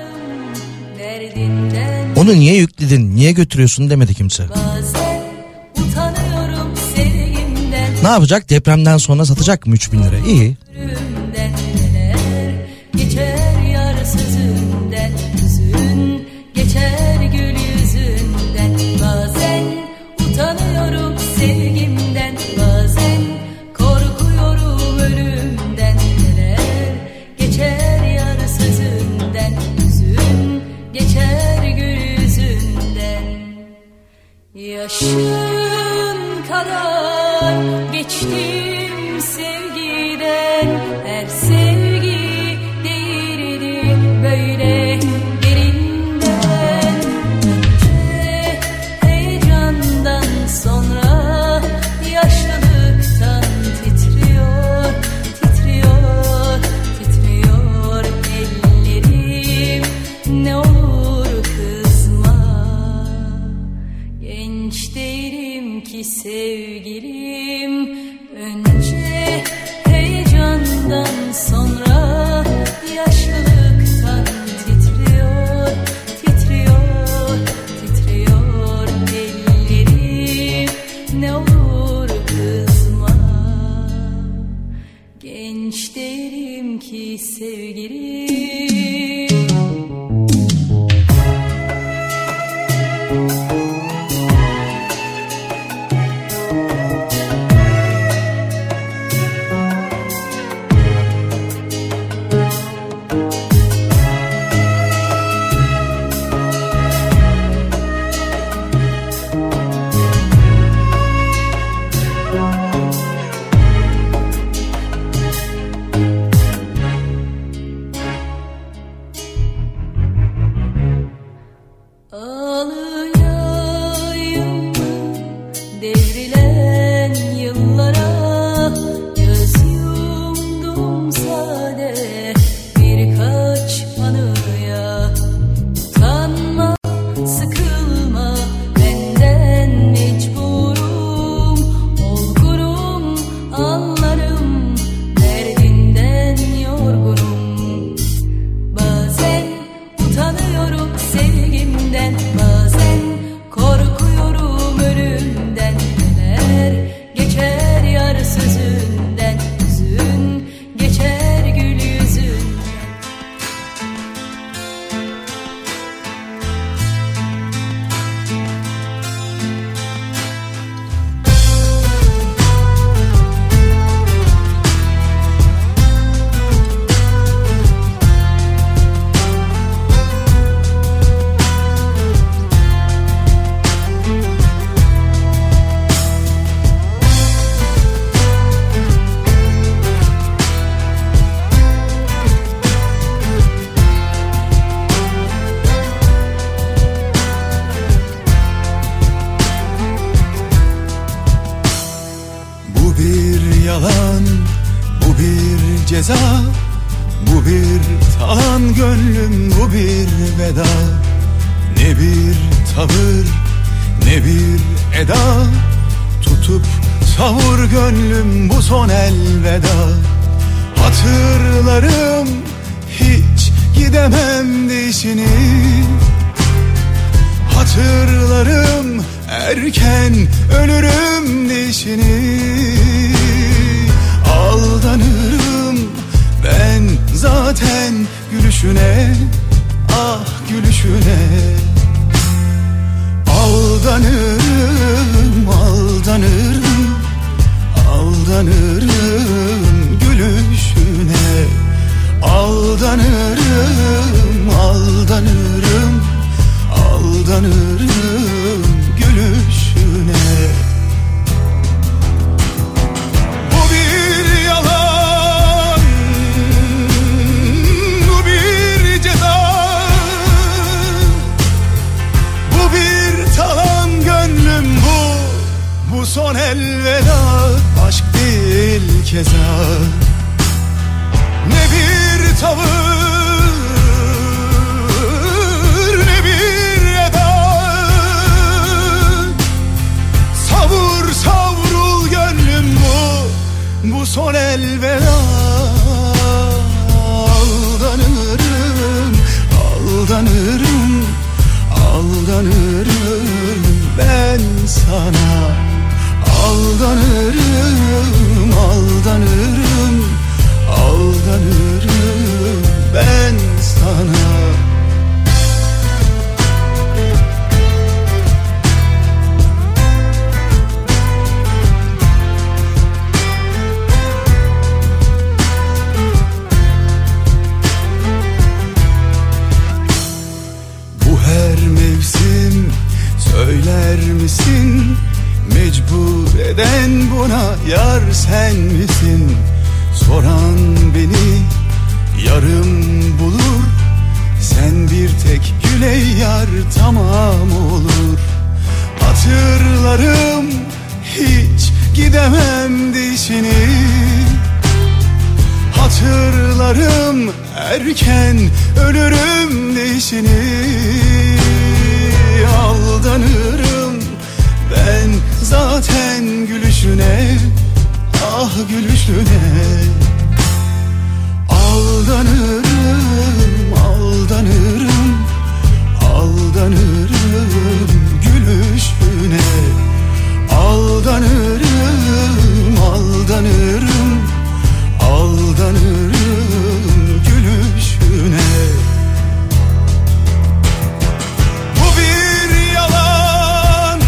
Onu niye yükledin, niye götürüyorsun demedi kimse. Ne yapacak? Depremden sonra satacak mı 3.000 lira? İyi. Geçer yar sözünden, hüzün geçer gül yüzünden. Bazen utanıyorum sevgimden, bazen korkuyorum ölümden. Neler geçer yar sözünden, hüzün geçer gül yüzünden. Yaşın kadar geçtim sevgiden, her sevgi böyle derinden. Önce heyecandan, sonra yaşlılıktan titriyor, titriyor, titriyor ellerim. Ne olur kızma, genç değilim ki sevgilim. Önce heyecandan, sonra yaşlılıktan titriyor, titriyor, titriyor ellerim. Ne olur kızma, genç değilim ki sevgilim. yalan, bu bir ceza, bu bir talan gönlüm, bu bir veda. Ne bir tavır, ne bir eda, tutup savur gönlüm, bu son elveda. Hatırlarım hiç gidemem dişini, hatırlarım erken ölürüm dişini. Aldanırım ben zaten gülüşüne, ah gülüşüne. Aldanırım, aldanırım, aldanırım gülüşüne. Aldanırım, aldanırım, aldanırım gülüşüne. Bu bir yalan, bu bir ceza, bu bir talan gönlüm, bu son elveda. Aşk değil keza, ne bir tavır, ne bir eda. Savur savrul gönlüm, bu son elveda. Aldanırım, aldanırım, aldanırım ben sana. Aldanırım, aldanırım, aldanırım ben sana. Bu her mevsim söyler misin? Mecbur eden buna yar sen misin? Soran beni yarım bulur, sen bir tek güle yar tamam olur. Hatırlarım hiç gidemem dişini, hatırlarım erken ölürüm dişini. Aldanırım ben zaten gülüşüne, ah gülüşüne. Aldanırım, aldanırım, aldanırım gülüşüne. Aldanırım, aldanırım, aldanırım gülüşüne. Bu bir yalan,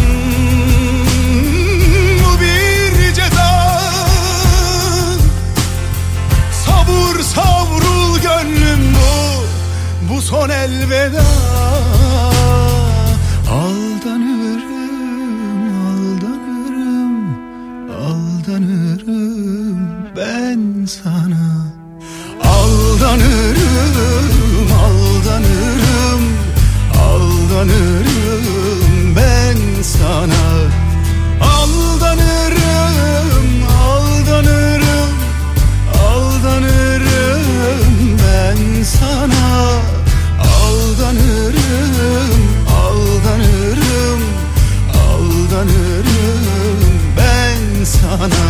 bu bir ceza. Savur savrul gönlüm, bu son elveda. Aldanırım, aldanırım, aldanırım ben sana. Aldanırım, aldanırım, aldanırım ben sana. Aldanırım, aldanırım, aldanırım ben sana. Aldanırım, aldanırım, aldanırım ben sana.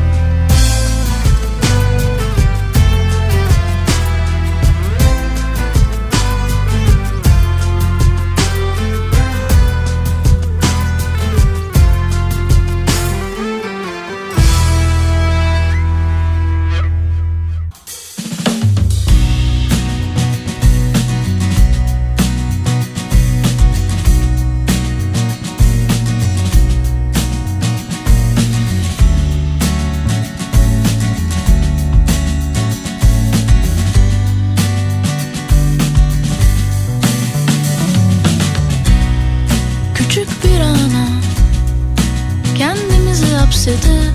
hapsedip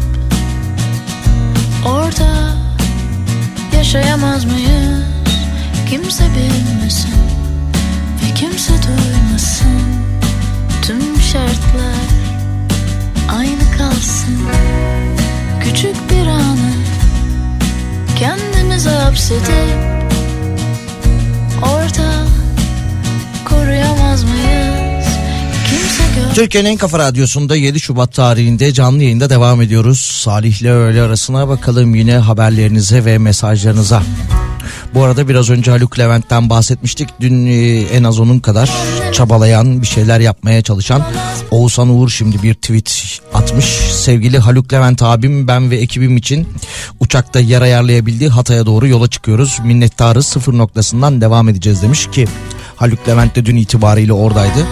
orada yaşayamaz mıyız? Kimse bilmesin ve kimse duymasın. Tüm şartlar aynı kalsın. Küçük bir ana hapsedip orada koruyamaz mıyız? Kimse gör. Türkiye'nin en kafa radyosunda 7 Şubat tarihinde canlı yayında devam ediyoruz. Salih'le öğle arasına bakalım yine haberlerinize ve mesajlarınıza. Bu arada biraz önce Haluk Levent'ten bahsetmiştik. Dün en az onun kadar çabalayan, bir şeyler yapmaya çalışan Oğuzhan Uğur şimdi bir tweet atmış. Sevgili Haluk Levent abim, ben ve ekibim için uçakta yer ayarlayabildiği Hatay'a doğru yola çıkıyoruz. Minnettarız, sıfır noktasından devam edeceğiz demiş ki Haluk Levent de dün itibariyle oradaydı.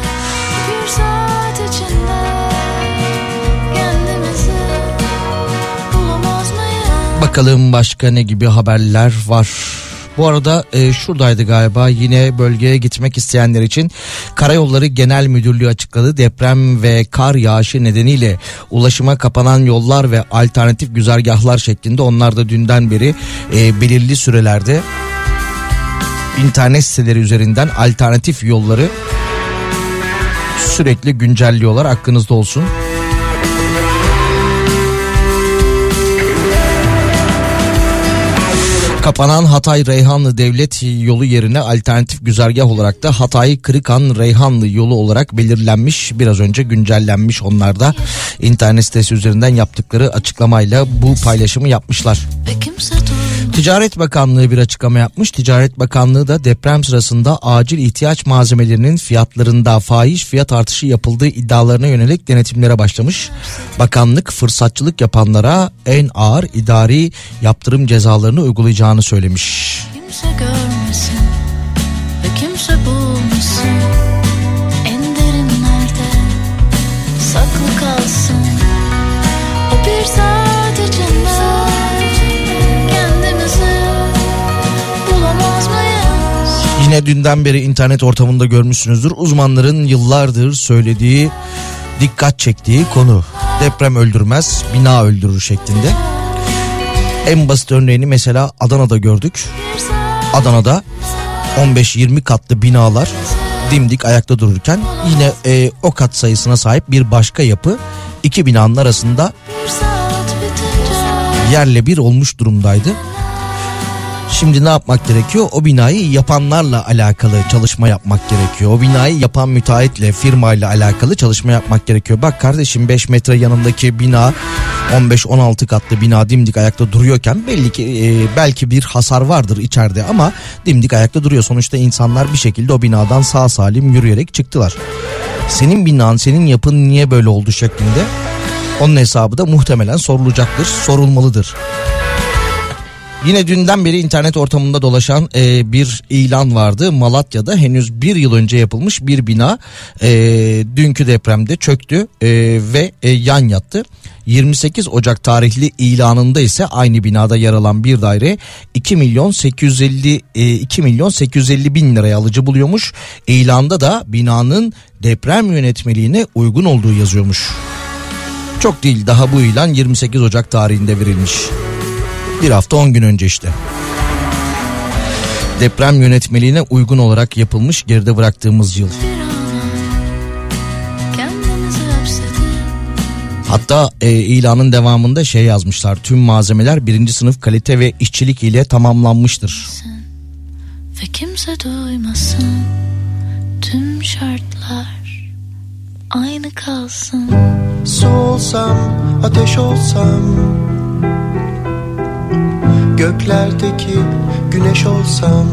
Bakalım başka ne gibi haberler var. Bu arada şuradaydı galiba, yine bölgeye gitmek isteyenler için Karayolları Genel Müdürlüğü açıkladı. Deprem ve kar yağışı nedeniyle ulaşıma kapanan yollar ve alternatif güzergahlar şeklinde, onlar da dünden beri belirli sürelerde internet siteleri üzerinden alternatif yolları sürekli güncelliyorlar, aklınızda olsun. Kapanan Hatay-Reyhanlı Devlet Yolu yerine alternatif güzergah olarak da Hatay-Kırıkan-Reyhanlı yolu olarak belirlenmiş. Biraz önce güncellenmiş, onlar da internet sitesi üzerinden yaptıkları açıklamayla bu paylaşımı yapmışlar. Ticaret Bakanlığı bir açıklama yapmış. Ticaret Bakanlığı da deprem sırasında acil ihtiyaç malzemelerinin fiyatlarında fahiş fiyat artışı yapıldığı iddialarına yönelik denetimlere başlamış. Bakanlık fırsatçılık yapanlara en ağır idari yaptırım cezalarını uygulayacağını söylemiş. Kimse görmesin ve kimse bulmasın, en derinlerde saklı kalsın. O bir saat içinde kendimizi bulamaz mıyız? Yine dünden beri internet ortamında görmüşsünüzdür. Uzmanların yıllardır söylediği, dikkat çektiği konu deprem öldürmez, bina öldürür şeklinde. En basit örneğini mesela Adana'da gördük. Adana'da 15-20 katlı binalar dimdik ayakta dururken yine o kat sayısına sahip bir başka yapı iki binanın arasında yerle bir olmuş durumdaydı. Şimdi ne yapmak gerekiyor? O binayı yapanlarla alakalı çalışma yapmak gerekiyor. O binayı yapan müteahhitle, firmayla alakalı çalışma yapmak gerekiyor. Bak kardeşim, 5 metre yanındaki bina 15-16 katlı bina dimdik ayakta duruyorken belli ki belki bir hasar vardır içeride ama dimdik ayakta duruyor. Sonuçta insanlar bir şekilde o binadan sağ salim yürüyerek çıktılar. Senin binan, senin yapın niye böyle oldu şeklinde onun hesabı da muhtemelen sorulacaktır, sorulmalıdır. Yine dünden beri internet ortamında dolaşan bir ilan vardı. Malatya'da henüz bir yıl önce yapılmış bir bina dünkü depremde çöktü ve yan yattı. 28 Ocak tarihli ilanında ise aynı binada yer alan bir daire 2 milyon 850 bin liraya alıcı buluyormuş. İlanda da binanın deprem yönetmeliğine uygun olduğu yazıyormuş. Çok değil, daha bu ilan 28 Ocak tarihinde verilmiş. Bir hafta 10 gün önce işte. Deprem yönetmeliğine uygun olarak yapılmış, geride bıraktığımız yıl. Hatta ilanın devamında şey yazmışlar. Tüm malzemeler 1. sınıf kalite ve işçilik ile tamamlanmıştır. Ve kimse duymasın, tüm şartlar aynı kalsın. Su olsam, ateş olsam, göklerdeki güneş olsam,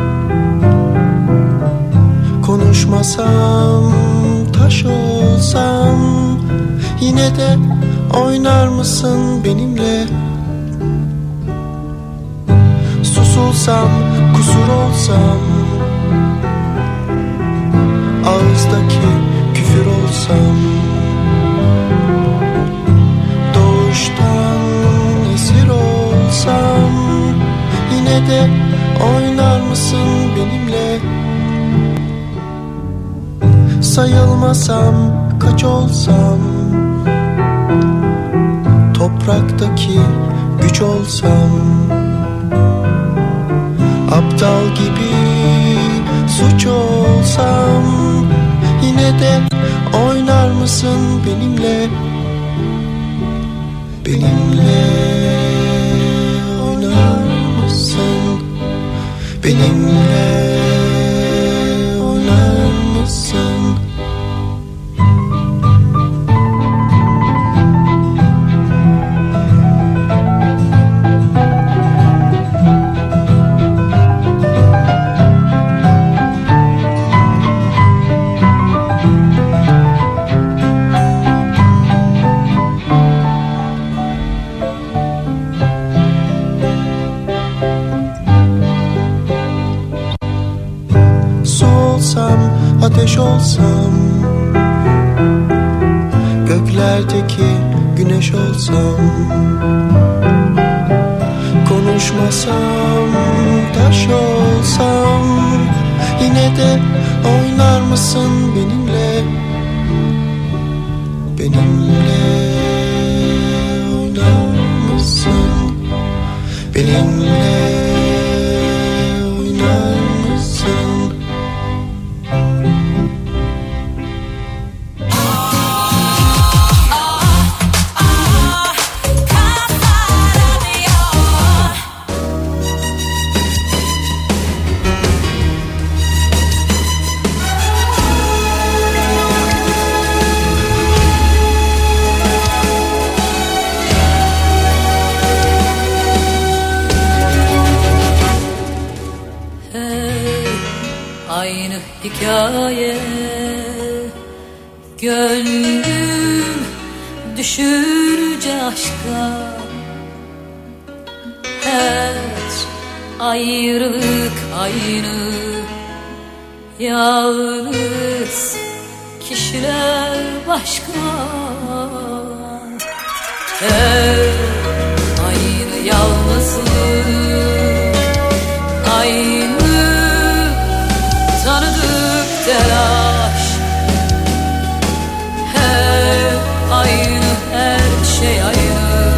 konuşmasam, taş olsam, yine de oynar mısın benimle? Susulsam, kusur olsam, ağızdaki küfür olsam, doğuştan esir olsam, yine de oynar mısın benimle? Sayılmasam, kaç olsam, topraktaki güç olsam, aptal gibi suç olsam, yine de oynar mısın benimle? Benimle oynar mısın? benimle oynar mısın? Ateş olsam, göklerdeki güneş olsam, konuşmasam, taş olsam, yine de oynar mısın benimle? Benimle oynar mısın? Benimle oynar mısın? Hikaye, gönlüm düşürce aşka, her ayrılık aynı, yalnız kişiler başka. Her aynı yalnızlık, aynı tanıdık telaş, her aynı, her şey aynı,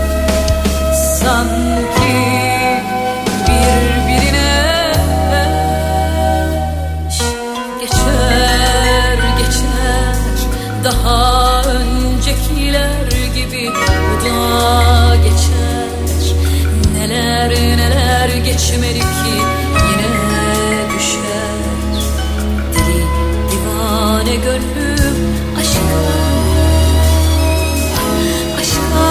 sanki birbirine eş. Geçer geçer daha öncekiler gibi, bu da geçer. Neler neler geçmeli ki yine düşer. Divane gönlüm aşka, aşka,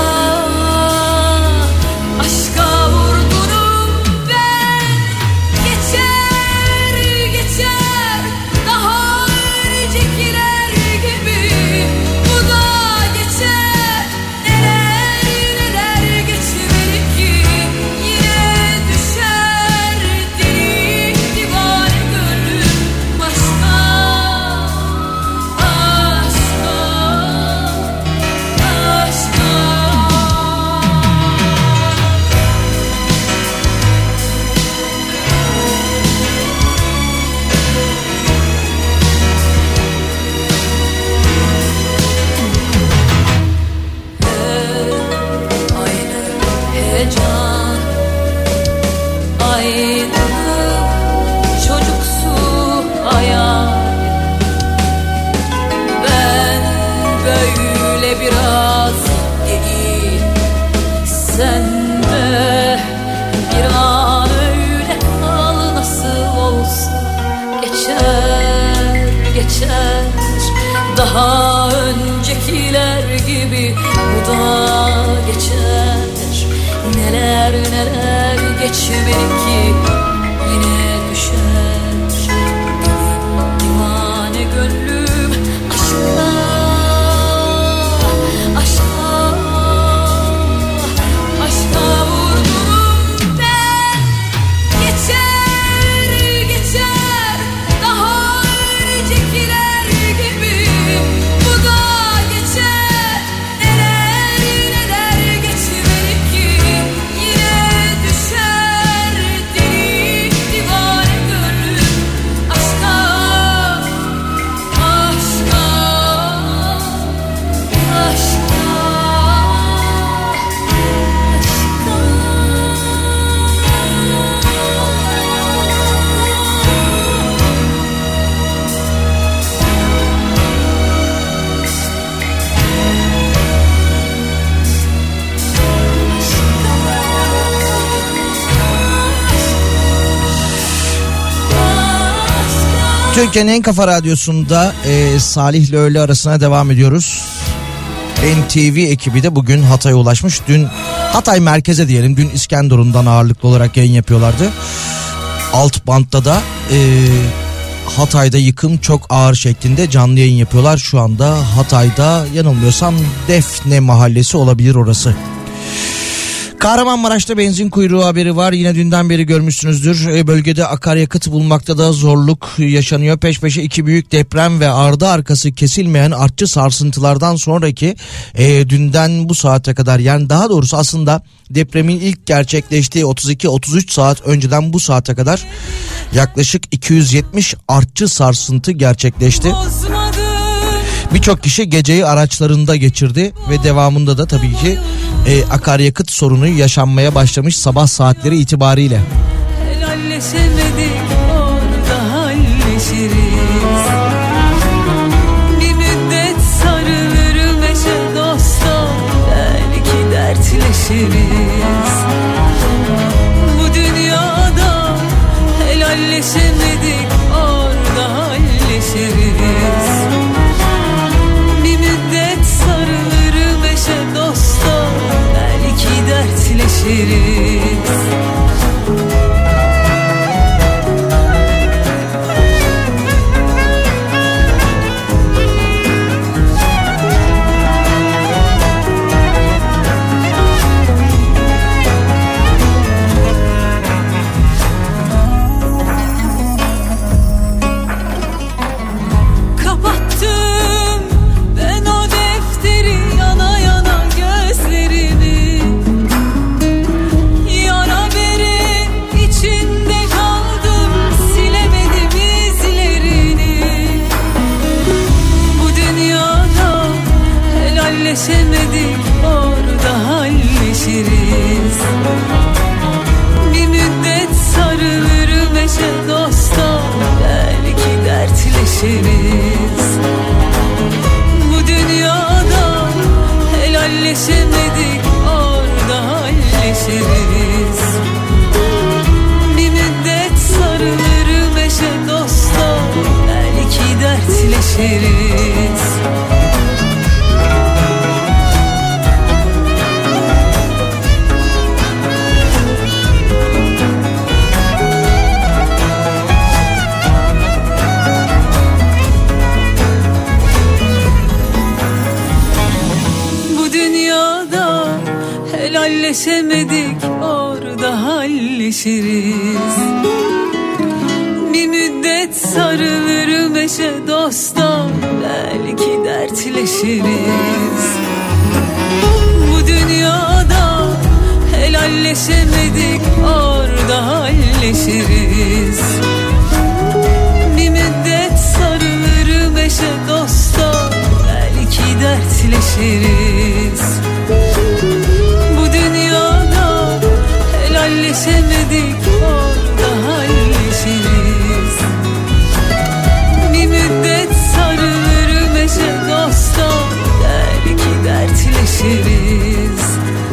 aşka vurdum ben. Geçer geçer daha öncekiler gibi, bu da geçer. Neler neler geçmeli ki yine düşer. Deli divane gönlüm aşka. Daha öncekiler gibi, bu da geçer. Neler neler geçmeli ki yine düşer. Divane gönlüm aşka, aşka, aşka vurdum ben. Geçer geçer daha öncekiler gibi, bu da geçer. Neler neler geçmeli ki yine düşer. Deli divane Türkiye'nin en kafa radyosunda Salih ile öğle arasına devam ediyoruz. NTV ekibi de bugün Hatay'a ulaşmış. Dün Hatay merkeze diyelim. Dün İskenderun'dan ağırlıklı olarak yayın yapıyorlardı. Alt bantta da Hatay'da yıkım çok ağır şeklinde canlı yayın yapıyorlar. Şu anda Hatay'da, yanılmıyorsam Defne mahallesi olabilir orası. Kahramanmaraş'ta benzin kuyruğu haberi var. Yine dünden beri görmüşsünüzdür. Bölgede akaryakıt bulmakta da zorluk yaşanıyor. Peş peşe iki büyük deprem ve ardı arkası kesilmeyen artçı sarsıntılardan sonraki dünden bu saate kadar, yani daha doğrusu aslında depremin ilk gerçekleştiği 32-33 saat önceden bu saate kadar yaklaşık 270 artçı sarsıntı gerçekleşti. Birçok kişi geceyi araçlarında geçirdi ve devamında da tabii ki akaryakıt sorunu yaşanmaya başlamış sabah saatleri itibariyle. Helalleşemedik, orada halleşiriz. Bir müddet sarılır meşe dosta, belki dertleşiriz. Bu dünyada helalleşemedik, orada halleşiriz. Bir müddet sarılır meşe dosta, belki dertleşiriz. Helalleşemedik, orada halleşiriz. Bir müddet sarılır meşe dosta, belki dertleşiriz. Bu dünyada helalleşemedik, orada halleşiriz. Bir müddet sarılır meşe dosta, belki dertleşiriz. Helalleşemedik, orada halleşiriz. Bir müddet sarılır meşe dosta, belki dertleşiriz. Bu dünyada helalleşemedik, orada halleşiriz. Bir müddet sarılır meşe dosta, belki dertleşiriz. Helalleşemedik, orada halleşiriz. Bir müddet sarılır meşe dosta, belki dertleşiriz.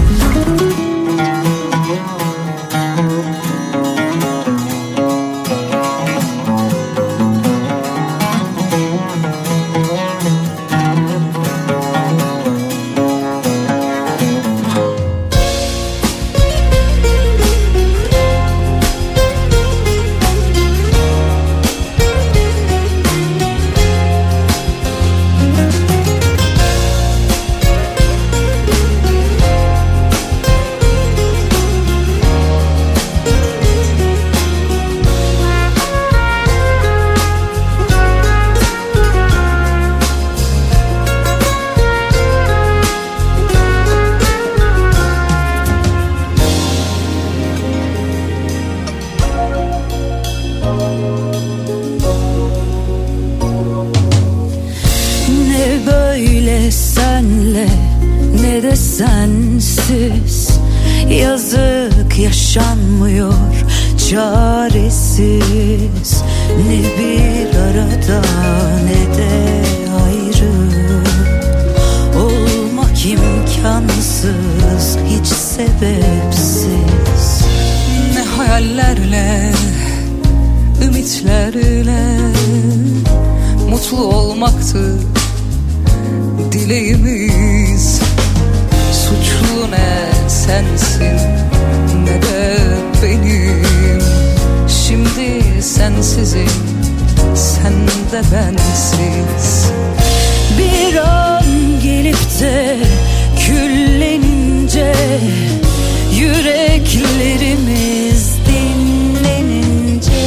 Yazık yaşanmıyor çaresiz, ne bir arada ne de ayrı. Olmak imkansız, hiç sebepsiz. Ne hayallerle ümitlerle mutlu olmaktı dileğimiz. Suçlu ne sensin ne de benim. Şimdi sensizim, sen de bensiz. Bir an gelip de küllenince, yüreklerimiz dinlenince,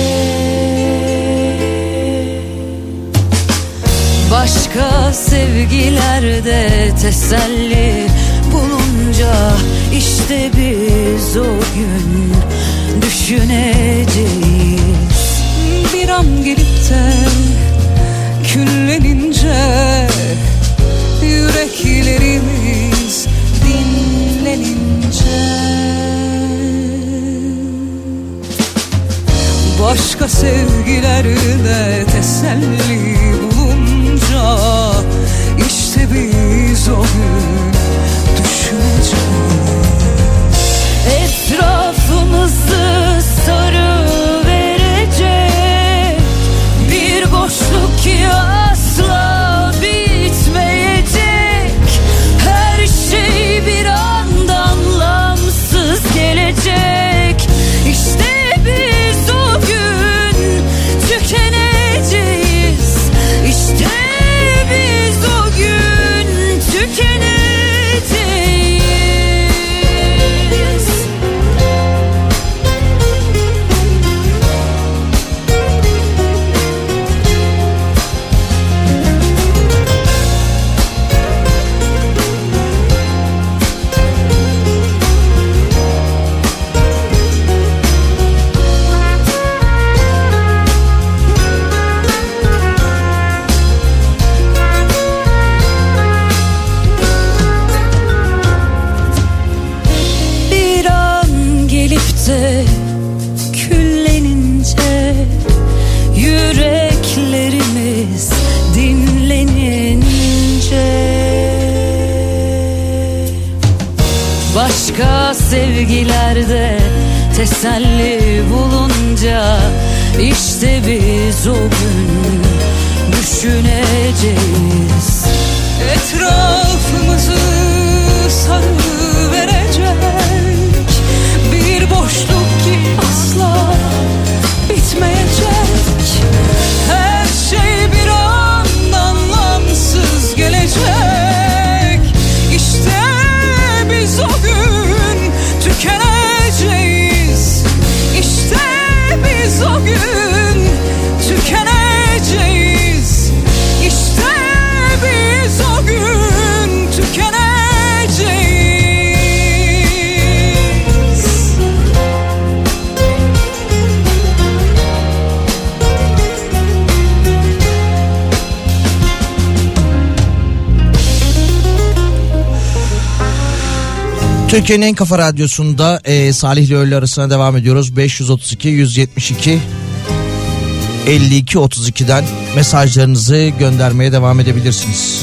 başka sevgilerde teselli bulunca, işte biz o gün düşüneceğiz. Bir an gelip de küllenince, yüreklerimiz dinlenince, başka sevgilerde teselli bulunca, işte biz o gün düşüneceğiz. Etrafımızı sarıverecek bir boşluk ki asla bitmeyecek. Her şey bir anda anlamsız gelecek. İşte biz o gün tükeneceğiz. İşte biz o gün tükeneceğiz. Küllenince, yüreklerimiz dinlenince, başka sevgilerde teselli bulunca, işte biz o gün düşüneceğiz. Etrafımızı sarıverecek bir boşluk ki asla bitmeyecek. Her şey bir anda anlamsız gelecek. İşte biz o gün tükeneceğiz. İşte biz o gün tükeneceğiz. İşte biz o gün tükeneceğiz. Türkiye'nin en kafa radyosunda Salih ile öğle arasına devam ediyoruz. 532 172 52 32'den mesajlarınızı göndermeye devam edebilirsiniz.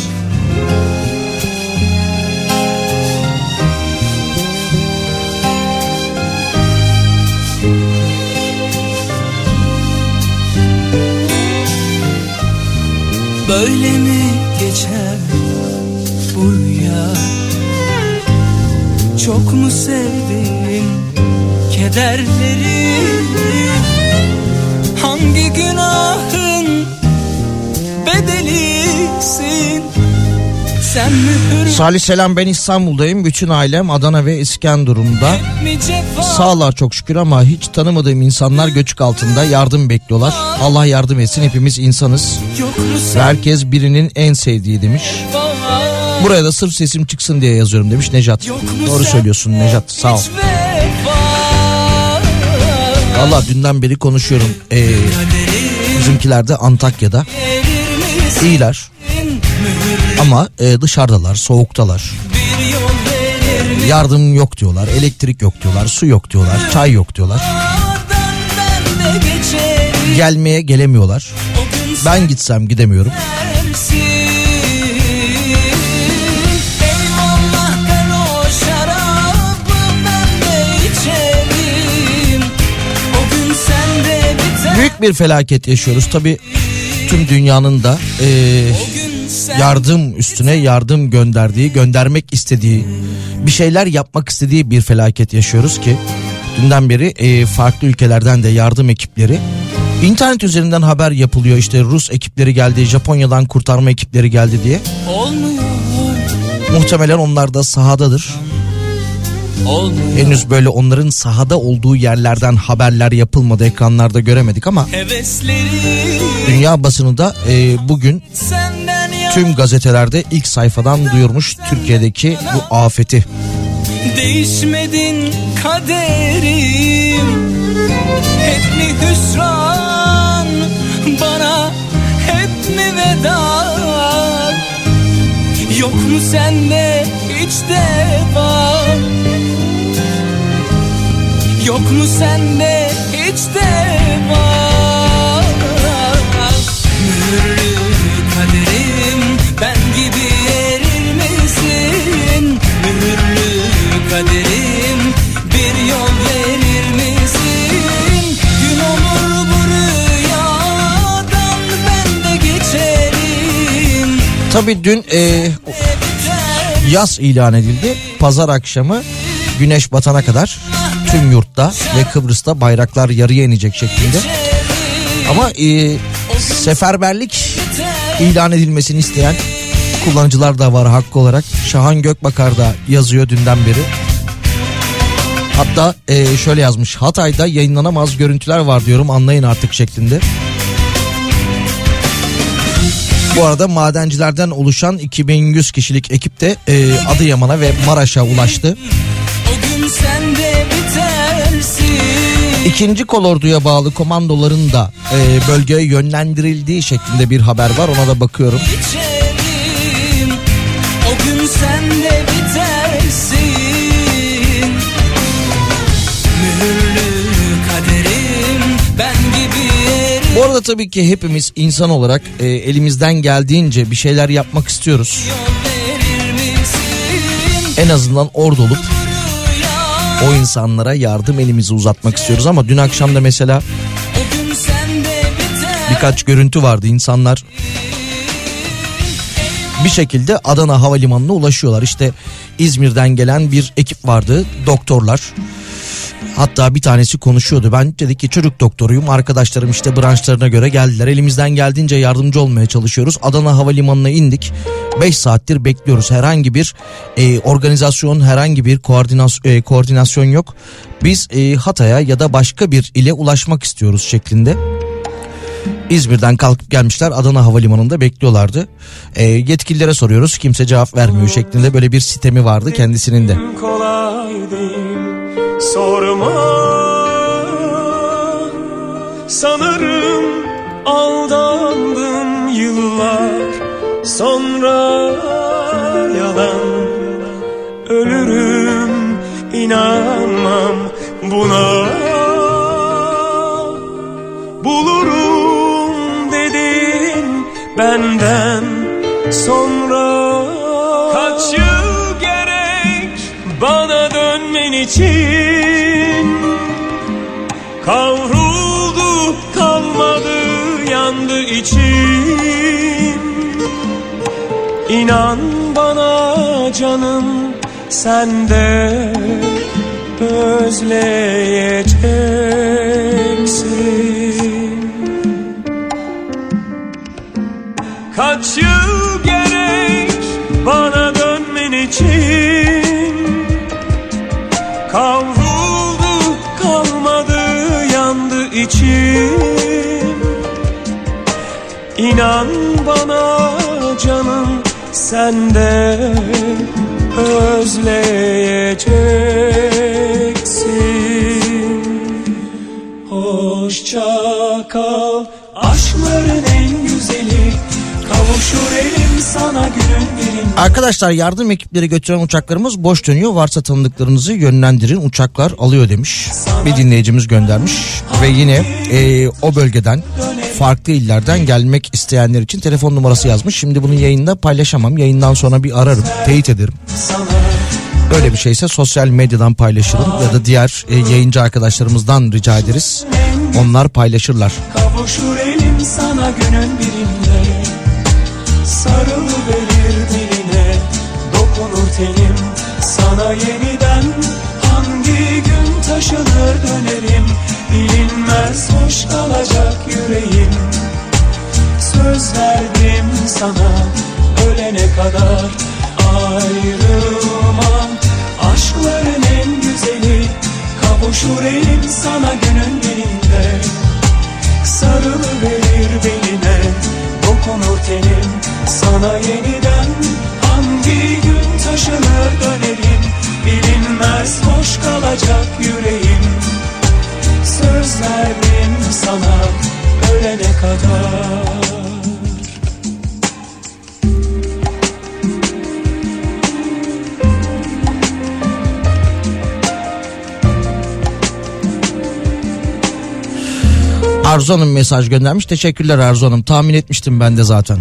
Böyle mi geçer bu rüya? Çok mu sevdin kederleri? Hangi günahın bedelisin? Sen mühür... Salih selam, ben İstanbul'dayım. Bütün ailem Adana ve İskenderun'da. Sağlar çok şükür ama hiç tanımadığım insanlar göçük altında, yardım bekliyorlar. Allah yardım etsin, hepimiz insanız. Ve herkes birinin en sevdiği demiş. Buraya da sırf sesim çıksın diye yazıyorum demiş Necat. Doğru söylüyorsun Necat, sağ ol. Valla dünden beri konuşuyorum. Bizimkiler de Antakya'da. İyiler. Ama dışarıdalar, soğuktalar. Yardım yok diyorlar, elektrik yok diyorlar, su yok diyorlar, çay yok diyorlar. Gelmeye gelemiyorlar. Ben gitsem gidemiyorum. Büyük Büyük bir felaket yaşıyoruz. Tabii tüm dünyanın da yardım üstüne yardım göndermek istediği, bir şeyler yapmak istediği bir felaket yaşıyoruz ki dünden beri farklı ülkelerden de yardım ekipleri, İnternet üzerinden haber yapılıyor, işte Rus ekipleri geldi, Japonya'dan kurtarma ekipleri geldi diye. Olmuyor. Muhtemelen onlar da sahadadır. Olmuyor. Henüz böyle onların sahada olduğu yerlerden haberler yapılmadı, ekranlarda göremedik ama dünya basını da bugün tüm gazetelerde ilk sayfadan duyurmuş Türkiye'deki bu afeti. Değişmedin kaderim, hep mi hüsran bana, hep mi veda? Yok mu sende hiç deva? Yok mu sende hiç deva? Mühürlü kaderim, ben gibi erir misin? Mühürlü kaderim, bir yol verir misin? Gün olur bu rüyadan ben de geçerim. Tabii dün yaz ilan edildi. Pazar akşamı güneş batana kadar tüm yurtta ve Kıbrıs'ta bayraklar yarıya inecek şeklinde. Ama seferberlik ilan edilmesini isteyen kullanıcılar da var haklı olarak. Şahan Gökbakar da yazıyor dünden beri. Hatta şöyle yazmış: Hatay'da yayınlanamaz görüntüler var diyorum, anlayın artık şeklinde. Bu arada madencilerden oluşan 2100 kişilik ekip de Adıyaman'a ve Maraş'a ulaştı. İkinci kolorduya bağlı komandoların da bölgeye yönlendirildiği şeklinde bir haber var, ona da bakıyorum. O gün sen de bitersin. Mühürlü kaderim, ben gibi erim. Bu arada tabii ki hepimiz insan olarak elimizden geldiğince bir şeyler yapmak istiyoruz. En azından orada olup o insanlara yardım elimizi uzatmak istiyoruz. Ama dün akşam da mesela birkaç görüntü vardı. İnsanlar bir şekilde Adana Havalimanı'na ulaşıyorlar. İşte İzmir'den gelen bir ekip vardı, doktorlar. Hatta bir tanesi konuşuyordu. Ben dedi ki çocuk doktoruyum, arkadaşlarım işte branşlarına göre geldiler. Elimizden geldiğince yardımcı olmaya çalışıyoruz. Adana Havalimanı'na indik. 5 saattir bekliyoruz. Herhangi bir organizasyon, herhangi bir koordinasyon yok. Biz Hatay'a ya da başka bir ile ulaşmak istiyoruz şeklinde. İzmir'den kalkıp gelmişler, Adana Havalimanı'nda bekliyorlardı. Yetkililere soruyoruz, kimse cevap vermiyor şeklinde böyle bir sitemi vardı kendisinin de. Kolay değil sorma, sanırım aldandım yıllar sonra, yalan ölürüm inanmam buna. Bulurum dedin benden sonra, kaç yıl gerek bana dönmen için? Kavruldu kalmadı yandı için. İnan bana canım, sen de özleyeceksin. Kaç yıl gerek bana dönmen için? Kavruldu kalmadı yandı için. İnan bana canım, sen de özleyeceksin. Hoşça kal, aşkların en güzeli, kavuşur elim sana günün birinde. Arkadaşlar, yardım ekipleri götüren uçaklarımız boş dönüyor. Varsa tanıdıklarınızı yönlendirin, uçaklar alıyor demiş. Bir dinleyicimiz göndermiş. Ve yine o bölgeden, farklı illerden gelmek isteyenler için telefon numarası yazmış. Şimdi bunu yayında paylaşamam. Yayından sonra bir ararım, teyit ederim. Böyle bir şeyse sosyal medyadan paylaşırım ya da diğer yayıncı arkadaşlarımızdan rica ederiz. Onlar paylaşırlar. Kavuşur elim sana günün birinde, sarılıverir diline, dokunur tenim sana yeniden. Hangi gün taşınır dönerim, bilinmez hoş kalacak yüreğim. Söz verdim sana ölene kadar ayrılmam. Aşkların en güzeli, kavuşur elim sana günün birinde, sarılıverir beline, dokunur tenim sana yeniden. Hangi gün taşınır dönerim, bilinmez hoş kalacak yüreğim. Söz verdim sana ölene kadar. Arzu Hanım mesaj göndermiş. Teşekkürler Arzu Hanım. Tahmin etmiştim ben de zaten.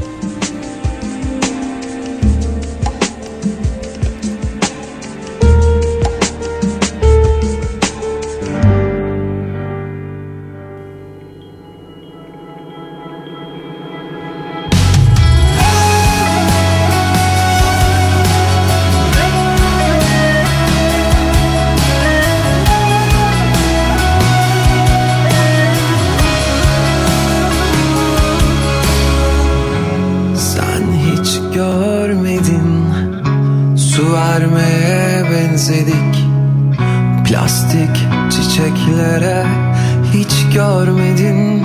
Plastik çiçeklere hiç görmedin.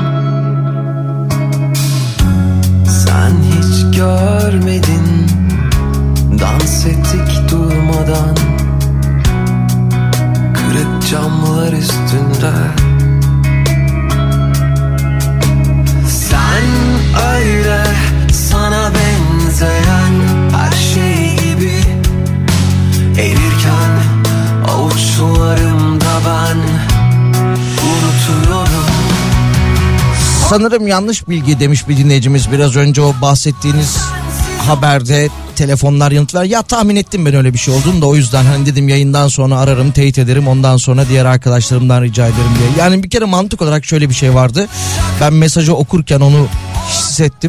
Sen hiç görmedin. Dans ettik durmadan, kırık camlar üstünde. Sen öyle sana benzeyen her şey gibi erirken avuçlarımda ben unutuyorum. Sanırım yanlış bilgi demiş bir dinleyicimiz biraz önce o bahsettiğiniz haberde telefonlar yanıt ver. Ya tahmin ettim ben öyle bir şey olduğunu da o yüzden hani dedim yayından sonra ararım, teyit ederim, ondan sonra diğer arkadaşlarımdan rica ederim diye. Yani bir kere mantık olarak şöyle bir şey vardı. Ben mesajı okurken onu hissettim.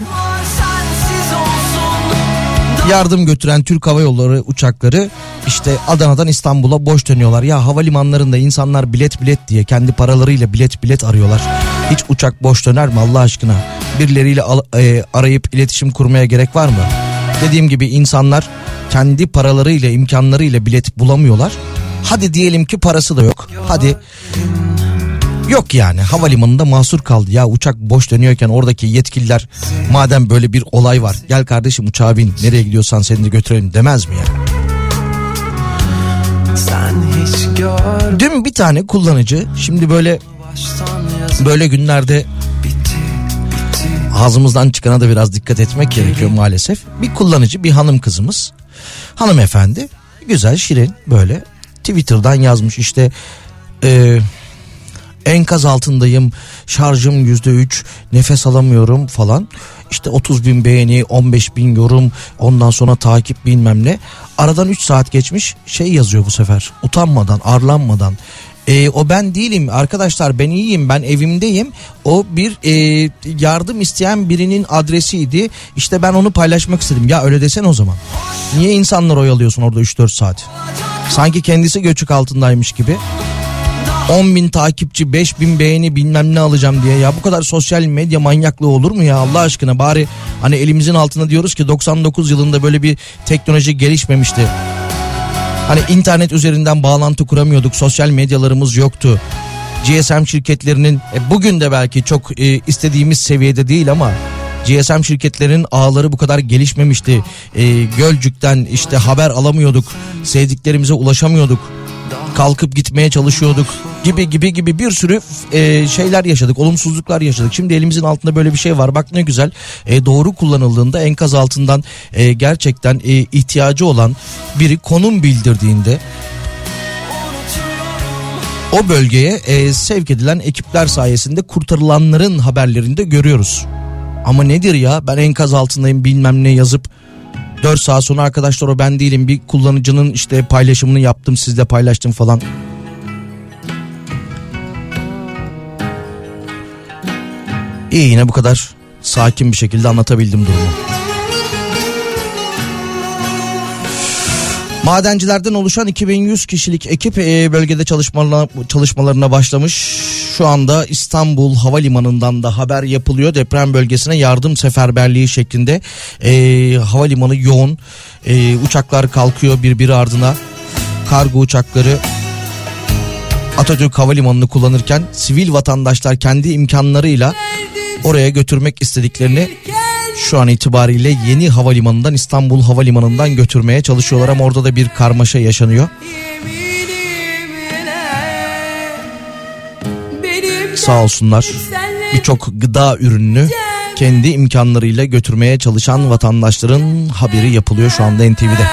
Yardım götüren Türk Hava Yolları uçakları işte Adana'dan İstanbul'a boş dönüyorlar. Ya havalimanlarında insanlar bilet diye kendi paralarıyla bilet arıyorlar. Hiç uçak boş döner mi Allah aşkına? Birileriyle arayıp iletişim kurmaya gerek var mı? Dediğim gibi insanlar kendi paralarıyla, imkanlarıyla bilet bulamıyorlar. Hadi diyelim ki parası da yok. Hadi yok yani havalimanında mahsur kaldı. Ya uçak boş dönüyorken oradaki yetkililer madem böyle bir olay var, gel kardeşim uçağa bin, nereye gidiyorsan seni de götürelim demez mi yani? Dün bir tane kullanıcı, şimdi böyle günlerde ağzımızdan çıkana da biraz dikkat etmek gerekiyor maalesef. Bir kullanıcı, bir hanım kızımız, hanımefendi, güzel şirin böyle Twitter'dan yazmış işte enkaz altındayım, şarjım %3, nefes alamıyorum falan. İşte 30.000 beğeni, 15.000 yorum, ondan sonra takip bilmem ne. Aradan 3 saat geçmiş, şey yazıyor bu sefer, utanmadan, arlanmadan. O ben değilim arkadaşlar, ben iyiyim, ben evimdeyim. O bir yardım isteyen birinin adresiydi. İşte ben onu paylaşmak istedim. Ya öyle desene o zaman. Niye insanları oyalıyorsun orada 3-4 saat? Sanki kendisi göçük altındaymış gibi. 10.000 takipçi, 5.000 beğeni bilmem ne alacağım diye. Ya bu kadar sosyal medya manyaklığı olur mu ya Allah aşkına? Bari hani elimizin altında diyoruz ki 99 yılında böyle bir teknoloji gelişmemişti. Hani internet üzerinden bağlantı kuramıyorduk, sosyal medyalarımız yoktu. GSM şirketlerinin bugün de belki çok istediğimiz seviyede değil ama GSM şirketlerinin ağları bu kadar gelişmemişti. Gölcük'ten işte haber alamıyorduk, sevdiklerimize ulaşamıyorduk, kalkıp gitmeye çalışıyorduk gibi bir sürü şeyler yaşadık, olumsuzluklar yaşadık. Şimdi elimizin altında böyle bir şey var, bak ne güzel. Doğru kullanıldığında enkaz altından gerçekten ihtiyacı olan biri konum bildirdiğinde o bölgeye sevk edilen ekipler sayesinde kurtarılanların haberlerini de görüyoruz. Ama nedir ya, ben enkaz altındayım bilmem ne yazıp 4 saat sonra arkadaşlar o ben değilim, bir kullanıcının işte paylaşımını yaptım, sizle paylaştım falan. İyi, yine bu kadar sakin bir şekilde anlatabildim durumu. Madencilerden oluşan 2100 kişilik ekip bölgede çalışmalarına başlamış. Şu anda İstanbul Havalimanı'ndan da haber yapılıyor. Deprem bölgesine yardım seferberliği şeklinde havalimanı yoğun. Uçaklar kalkıyor birbiri ardına. Kargo uçakları Atatürk Havalimanı'nı kullanırken sivil vatandaşlar kendi imkanlarıyla oraya götürmek istediklerini şu an itibariyle yeni havalimanından, İstanbul Havalimanı'ndan götürmeye çalışıyorlar ama orada da bir karmaşa yaşanıyor. Sağ olsunlar, birçok gıda ürününü kendi imkanlarıyla götürmeye çalışan vatandaşların haberi yapılıyor şu anda NTV'de.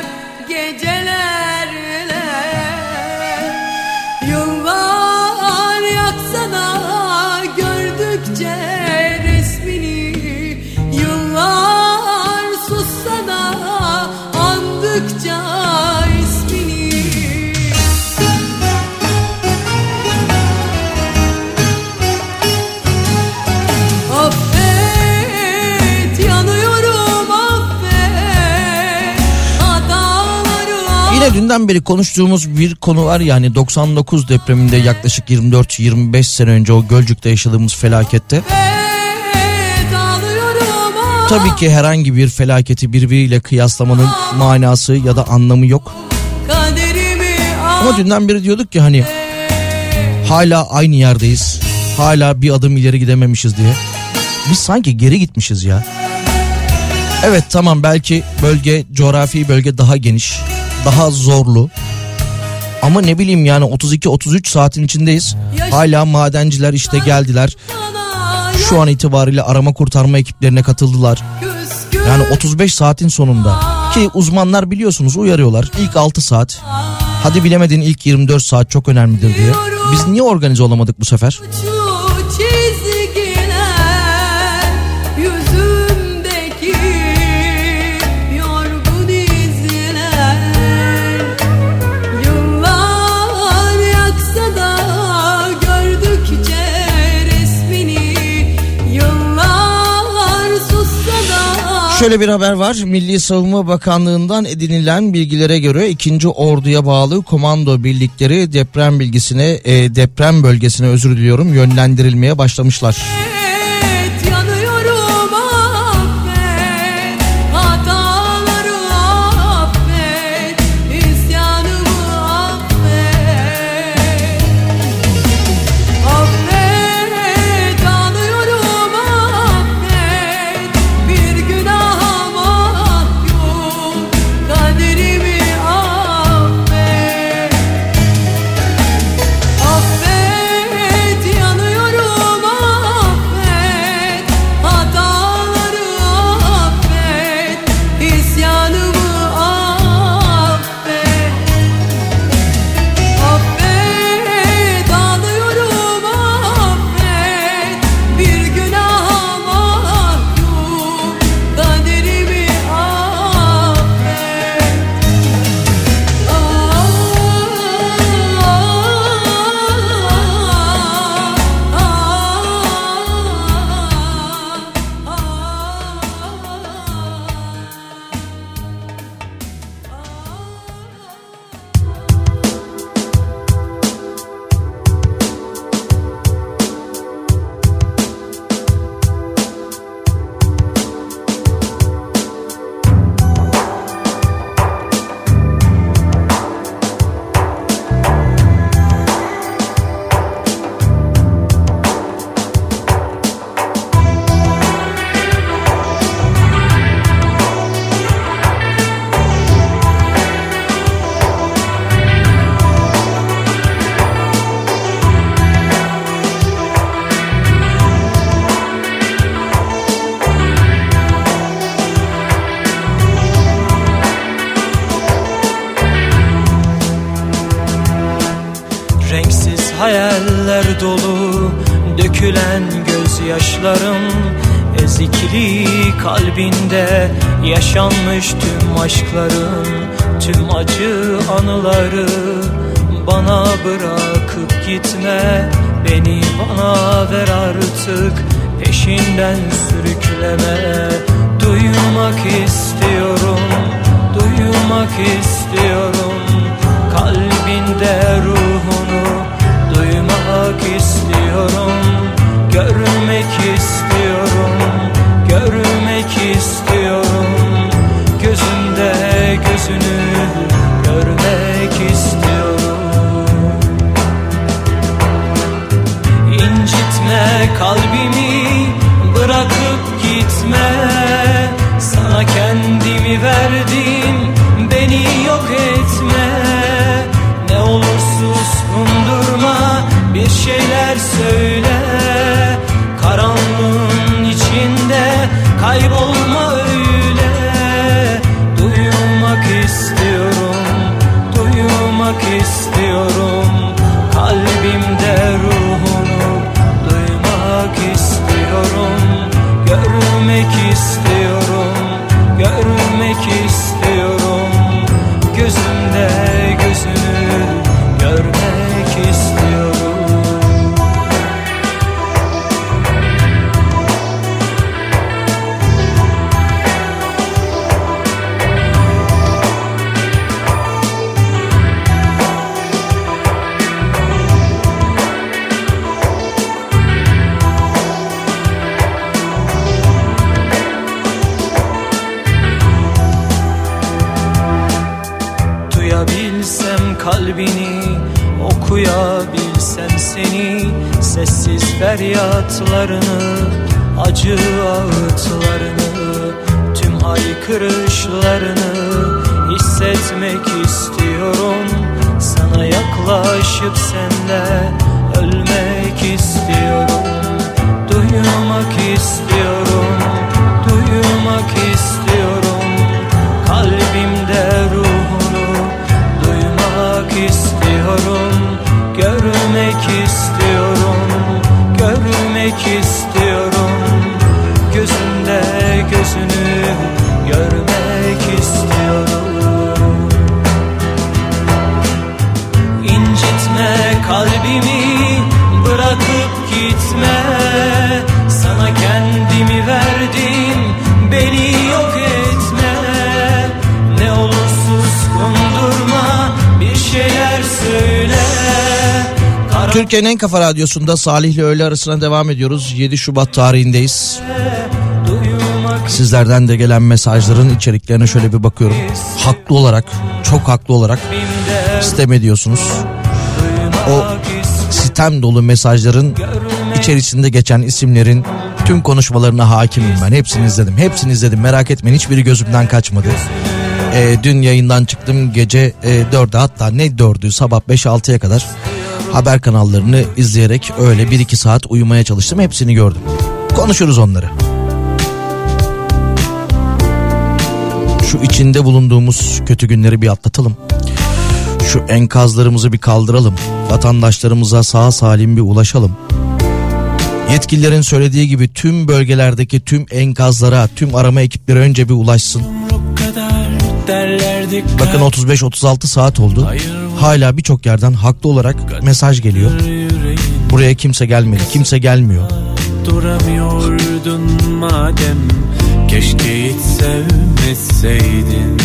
Dünden beri konuştuğumuz bir konu var, yani 99 depreminde yaklaşık 24-25 sene önce o Gölcük'te yaşadığımız felakette. Tabii ki herhangi bir felaketi birbiriyle kıyaslamanın manası ya da anlamı yok. Ama dünden beri diyorduk ki hani hala aynı yerdeyiz, hala bir adım ileri gidememişiz diye. Biz sanki geri gitmişiz ya. Evet tamam, belki bölge, coğrafi bölge daha geniş, daha zorlu. Ama ne bileyim yani 32-33 saatin içindeyiz. Hala madenciler işte geldiler. Şu an itibariyle arama kurtarma ekiplerine katıldılar. Yani 35 saatin sonunda. Ki uzmanlar biliyorsunuz uyarıyorlar. İlk 6 saat, hadi bilemedin ilk 24 saat çok önemlidir diye. Biz niye organize olamadık bu sefer? Şöyle bir haber var. Milli Savunma Bakanlığı'ndan edinilen bilgilere göre 2. Ordu'ya bağlı komando birlikleri deprem bölgesine yönlendirilmeye başlamışlar. hayaller dolu dökülen gözyaşlarım, ezikli kalbinde yaşanmış tüm aşkların, tüm acı anıları bana bırakıp gitme, beni bana ver artık, peşinden sürükleme. Duymak istiyorum, duymak istiyorum. Kalbinde ruhunu duymak istiyorum. Görmek istiyorum, görmek istiyorum. Gözünde gözünü görmek istiyorum. İncitme kalbimi, bırakıp gitme. Sana kendimi verdim, beni yok etme. Ne olur suskundurma, bir şeyler söyle. Karanlığın içinde kaybolma öyle. Duymak istiyorum, duymak istiyorum. Kalbimde ruhunu duymak istiyorum. Görmek istiyorum, görmek istiyorum. Gözümde gözünü görmek istiyorum. Duyabilsem kalbini, okuyabilsem seni. Sessiz feryatlarını, acı ağıtlarını, tüm haykırışlarını hissetmek istiyorum. Sana yaklaşıp senle ölmek istiyorum. Duymak istiyorum, duymak istiyorum. Kalbimde ruhunu duymak istiyorum. Görmek istiyorum, görmek istiyorum. Gözünde gözünü görmek istiyorum. İncitme kalbimi, bırakıp gitme. Sana kendimi verdim, beni yok etme. Ne olur suskundurma, bir şeyler söyle. Türkiye'nin en kafa radyosunda Salih ile öğle arasına devam ediyoruz. 7 Şubat tarihindeyiz. Sizlerden de gelen mesajların içeriklerine şöyle bir bakıyorum. Haklı olarak, çok haklı olarak sitem ediyorsunuz. O sitem dolu mesajların içerisinde geçen isimlerin tüm konuşmalarına hakimim ben. Hepsini izledim. Hepsini izledim. Merak etmeyin, hiçbiri gözümden kaçmadı. Dün yayından çıktım gece 4'e, hatta ne 4'ü, sabah 5-6'ya kadar haber kanallarını izleyerek öyle 1-2 saat uyumaya çalıştım. Hepsini gördüm. Konuşuruz onları. Şu içinde bulunduğumuz kötü günleri bir atlatalım. Şu enkazlarımızı bir kaldıralım. Vatandaşlarımıza sağ salim bir ulaşalım. Yetkililerin söylediği gibi tüm bölgelerdeki tüm enkazlara, tüm arama ekipleri önce bir ulaşsın. Bakın 35-36 saat oldu. Hala birçok yerden haklı olarak mesaj geliyor. Buraya kimse gelmedi, kimse gelmiyor. Duramıyordun madem, keşke hiç sevmeseydin.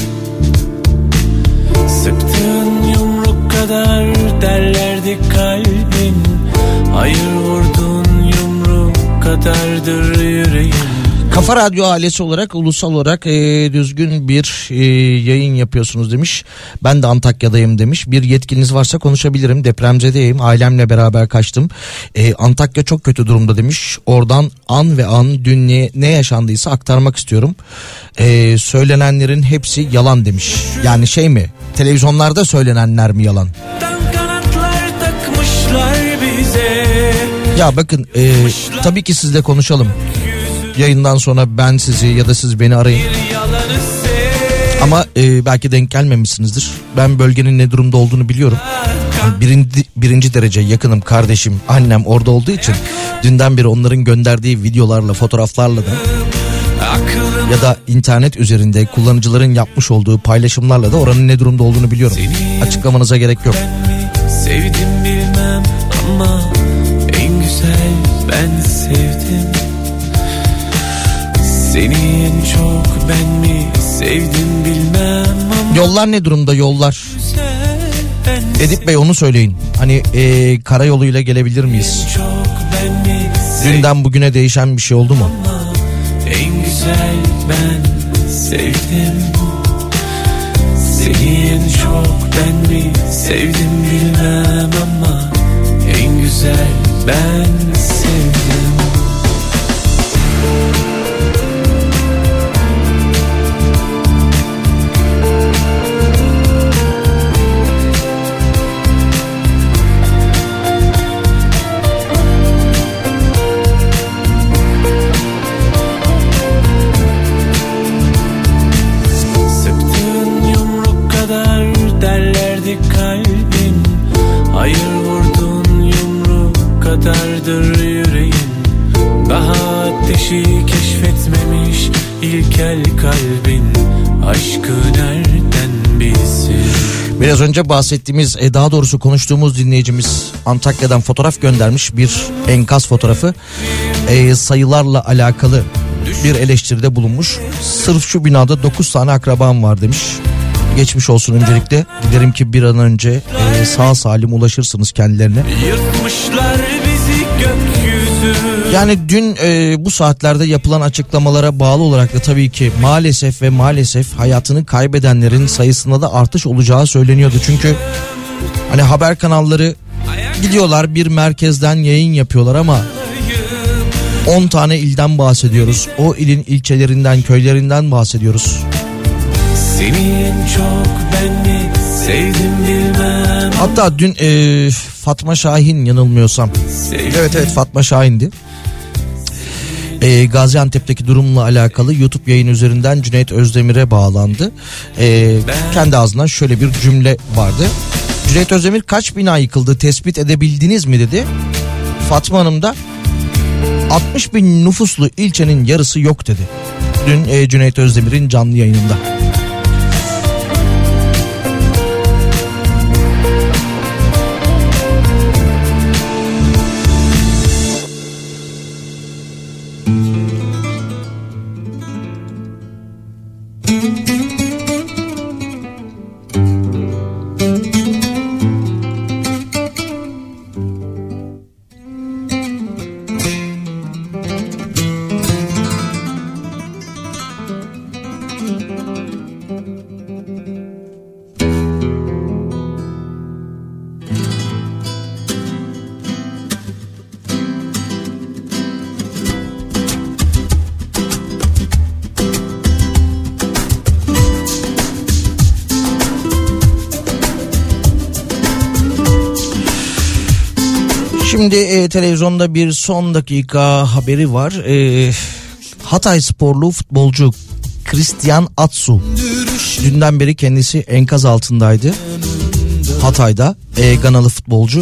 Sıktığın yumruk kadar derlerdi kalbin. Hayır, vurdun yumruk kadardır yüreğin. Kafa Radyo ailesi olarak, ulusal olarak düzgün bir yayın yapıyorsunuz demiş. Ben de Antakya'dayım demiş. Bir yetkiniz varsa konuşabilirim. Depremzedeyim. Ailemle beraber kaçtım. Antakya çok kötü durumda demiş. Oradan an ve an dün ne yaşandıysa aktarmak istiyorum. Söylenenlerin hepsi yalan demiş. Yani şey mi? Televizyonlarda söylenenler mi yalan? Kanatlar takmışlar bize. Ya bakın tabii ki sizle konuşalım. Yayından sonra ben sizi ya da siz beni arayın. Ama belki denk gelmemişsinizdir. Ben bölgenin ne durumda olduğunu biliyorum. Yani birinci derece yakınım, kardeşim, annem orada olduğu için dünden beri onların gönderdiği videolarla, fotoğraflarla da ya da internet üzerinde kullanıcıların yapmış olduğu paylaşımlarla da oranın ne durumda olduğunu biliyorum. Açıklamanıza gerek yok. Sevdim bilmem ama en güzel ben sevdim. Seni en çok ben mi sevdim bilmem ama Yollar ne durumda, yollar? Edip Bey onu söyleyin. Hani karayoluyla gelebilir miyiz? Dünden bugüne değişen bir şey oldu mu? En güzel ben sevdim. Seni en çok ben mi sevdim bilmem ama en güzel ben sevdim. Hayır vurdun yumruk kadardır yüreğin. Daha ateşi keşfetmemiş ilkel kalbin. Aşkı nereden bilsin? Biraz önce bahsettiğimiz, daha doğrusu konuştuğumuz dinleyicimiz Antakya'dan fotoğraf göndermiş, bir enkaz fotoğrafı. Sayılarla alakalı bir eleştiride bulunmuş. Sırf şu binada 9 tane akrabam var demiş. Geçmiş olsun öncelikle. Dilerim ki bir an önce sağ salim ulaşırsınız kendilerine. Yırtmışlar bizi gökyüzü. Yani dün bu saatlerde yapılan açıklamalara bağlı olarak da tabii ki maalesef hayatını kaybedenlerin sayısında da artış olacağı söyleniyordu. Çünkü hani haber kanalları gidiyorlar, bir merkezden yayın yapıyorlar ama 10 tane ilden bahsediyoruz. O ilin ilçelerinden, köylerinden bahsediyoruz. Seni en çok ben mi sevdim bilmem. Hatta dün Fatma Şahin, yanılmıyorsam. Evet Fatma Şahin'di. Gaziantep'teki durumla alakalı YouTube yayın üzerinden Cüneyt Özdemir'e bağlandı. Kendi ağzından şöyle bir cümle vardı. Cüneyt Özdemir, kaç bina yıkıldı tespit edebildiniz mi dedi. Fatma Hanım da 60 bin nüfuslu ilçenin yarısı yok dedi. Dün Cüneyt Özdemir'in canlı yayınında. Şimdi televizyonda bir son dakika haberi var. Hatay sporlu futbolcu Christian Atsu dünden beri kendisi enkaz altındaydı. Hatay'da Ganalı futbolcu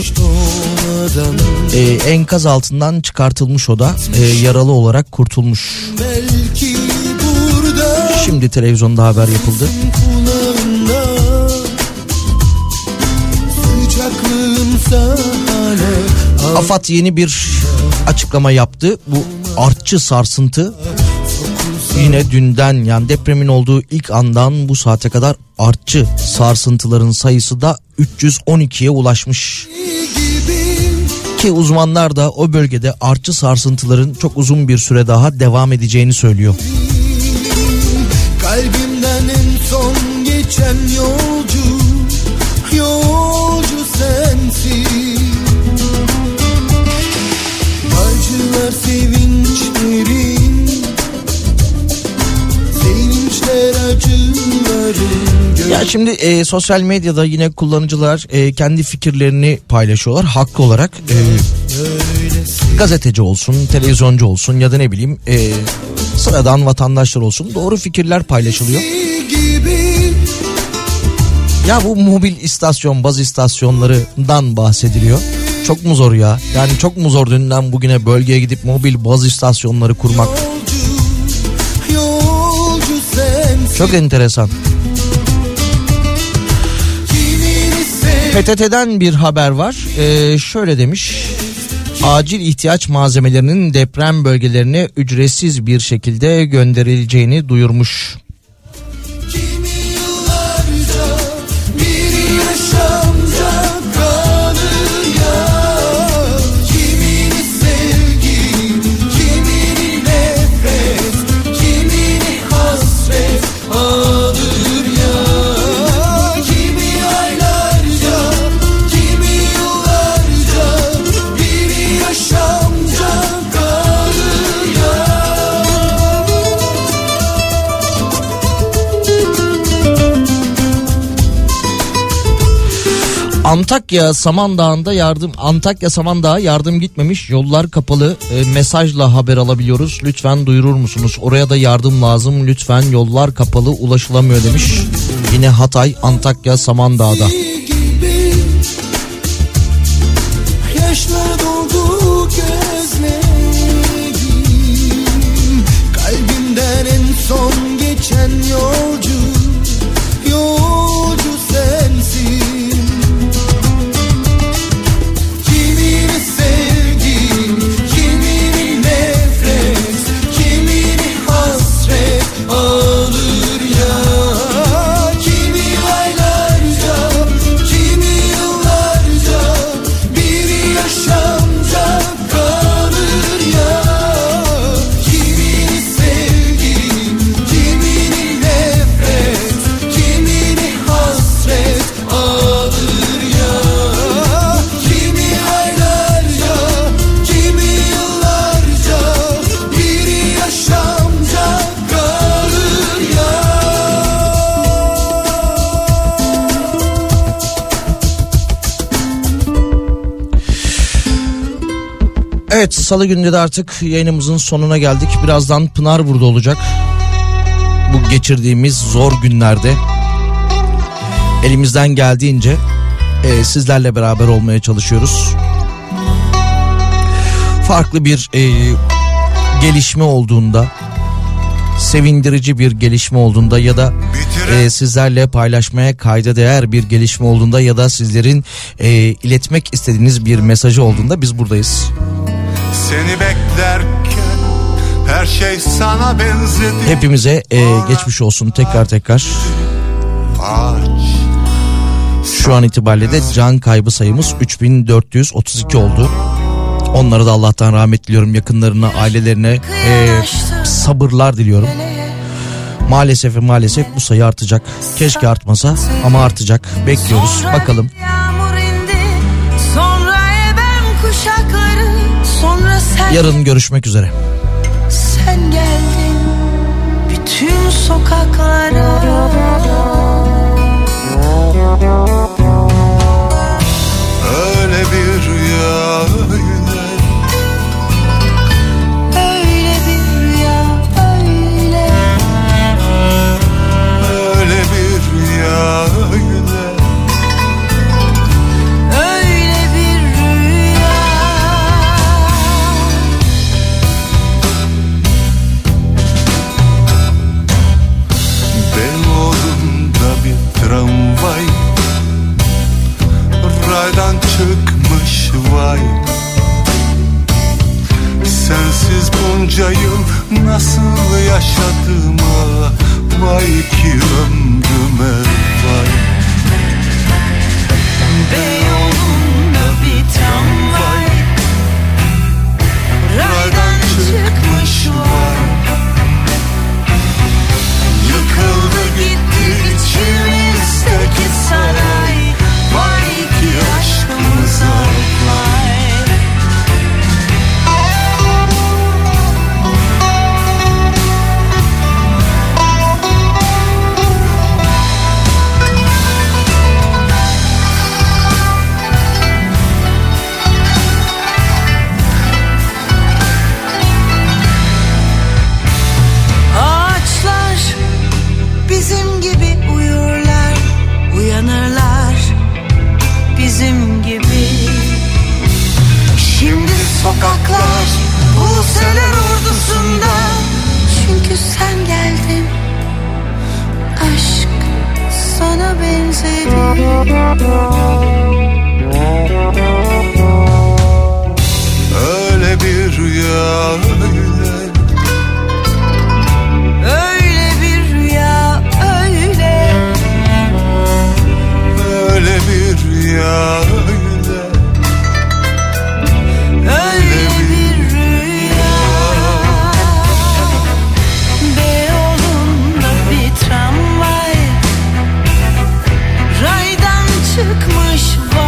enkaz altından çıkartılmış, o da yaralı olarak kurtulmuş. Şimdi televizyonda haber yapıldı. AFAD yeni bir açıklama yaptı. Bu artçı sarsıntı yine dünden, yani depremin olduğu ilk andan bu saate kadar artçı sarsıntıların sayısı da 312'ye ulaşmış. Ki uzmanlar da o bölgede artçı sarsıntıların çok uzun bir süre daha devam edeceğini söylüyor. Kalbimden en son geçen yolcu sensin. Acılar sevinçlerin, sevinçler acıların. Ya şimdi sosyal medyada yine kullanıcılar kendi fikirlerini paylaşıyorlar haklı olarak. Gazeteci olsun, televizyoncu olsun ya da ne bileyim sıradan vatandaşlar olsun, doğru fikirler paylaşılıyor. Ya bu mobil istasyon, baz istasyonlarından bahsediliyor. Çok mu zor ya? Yani çok mu zor dünden bugüne bölgeye gidip mobil baz istasyonları kurmak? Çok enteresan. PTT'den bir haber var. Şöyle demiş. acil ihtiyaç malzemelerinin deprem bölgelerine ücretsiz bir şekilde gönderileceğini duyurmuş. Antakya Samandağ'a yardım gitmemiş, yollar kapalı, mesajla haber alabiliyoruz, lütfen duyurur musunuz? Oraya da yardım lazım lütfen, yollar kapalı, ulaşılamıyor demiş. Yine Hatay, Antakya Samandağ'da. Yaşlar doldu gözlerim, kalbimden en son geçen yolcu sensin. Evet, salı günde de artık yayınımızın sonuna geldik. Birazdan Pınar burada olacak. Bu geçirdiğimiz zor günlerde elimizden geldiğince sizlerle beraber olmaya çalışıyoruz. Farklı bir gelişme olduğunda, sevindirici bir gelişme olduğunda ya da sizlerle paylaşmaya kayda değer bir gelişme olduğunda ya da sizlerin iletmek istediğiniz bir mesajı olduğunda biz buradayız. Seni beklerken her şey sana benzedi. Hepimize geçmiş olsun tekrar. Şu an itibariyle de can kaybı sayımız 3432 oldu. Onlara da Allah'tan rahmet diliyorum, yakınlarına, ailelerine sabırlar diliyorum. Maalesef bu sayı artacak. Keşke artmasa ama artacak. Bekliyoruz bakalım. Yarın görüşmek üzere. Sen geldin bütün sokaklara. Öyle bir rüya öyle. Öyle bir rüya öyle. Öyle bir rüya öyle. Tramvay raydan çıkmış vay. Sensiz bunca yıl nasıl yaşadığıma vay ki ömrüme vay. Beyoğlu'nda bir tramvay raydan çıkmış vay. Yıkıldı gitti içimizdeki saray. Vay ki aşkımıza vay. Bizim gibi uyurlar, uyanırlar bizim gibi. Şimdi sokaklar Buseler ordusunda. Çünkü sen geldin, aşk sana benzedi. çıkmış var.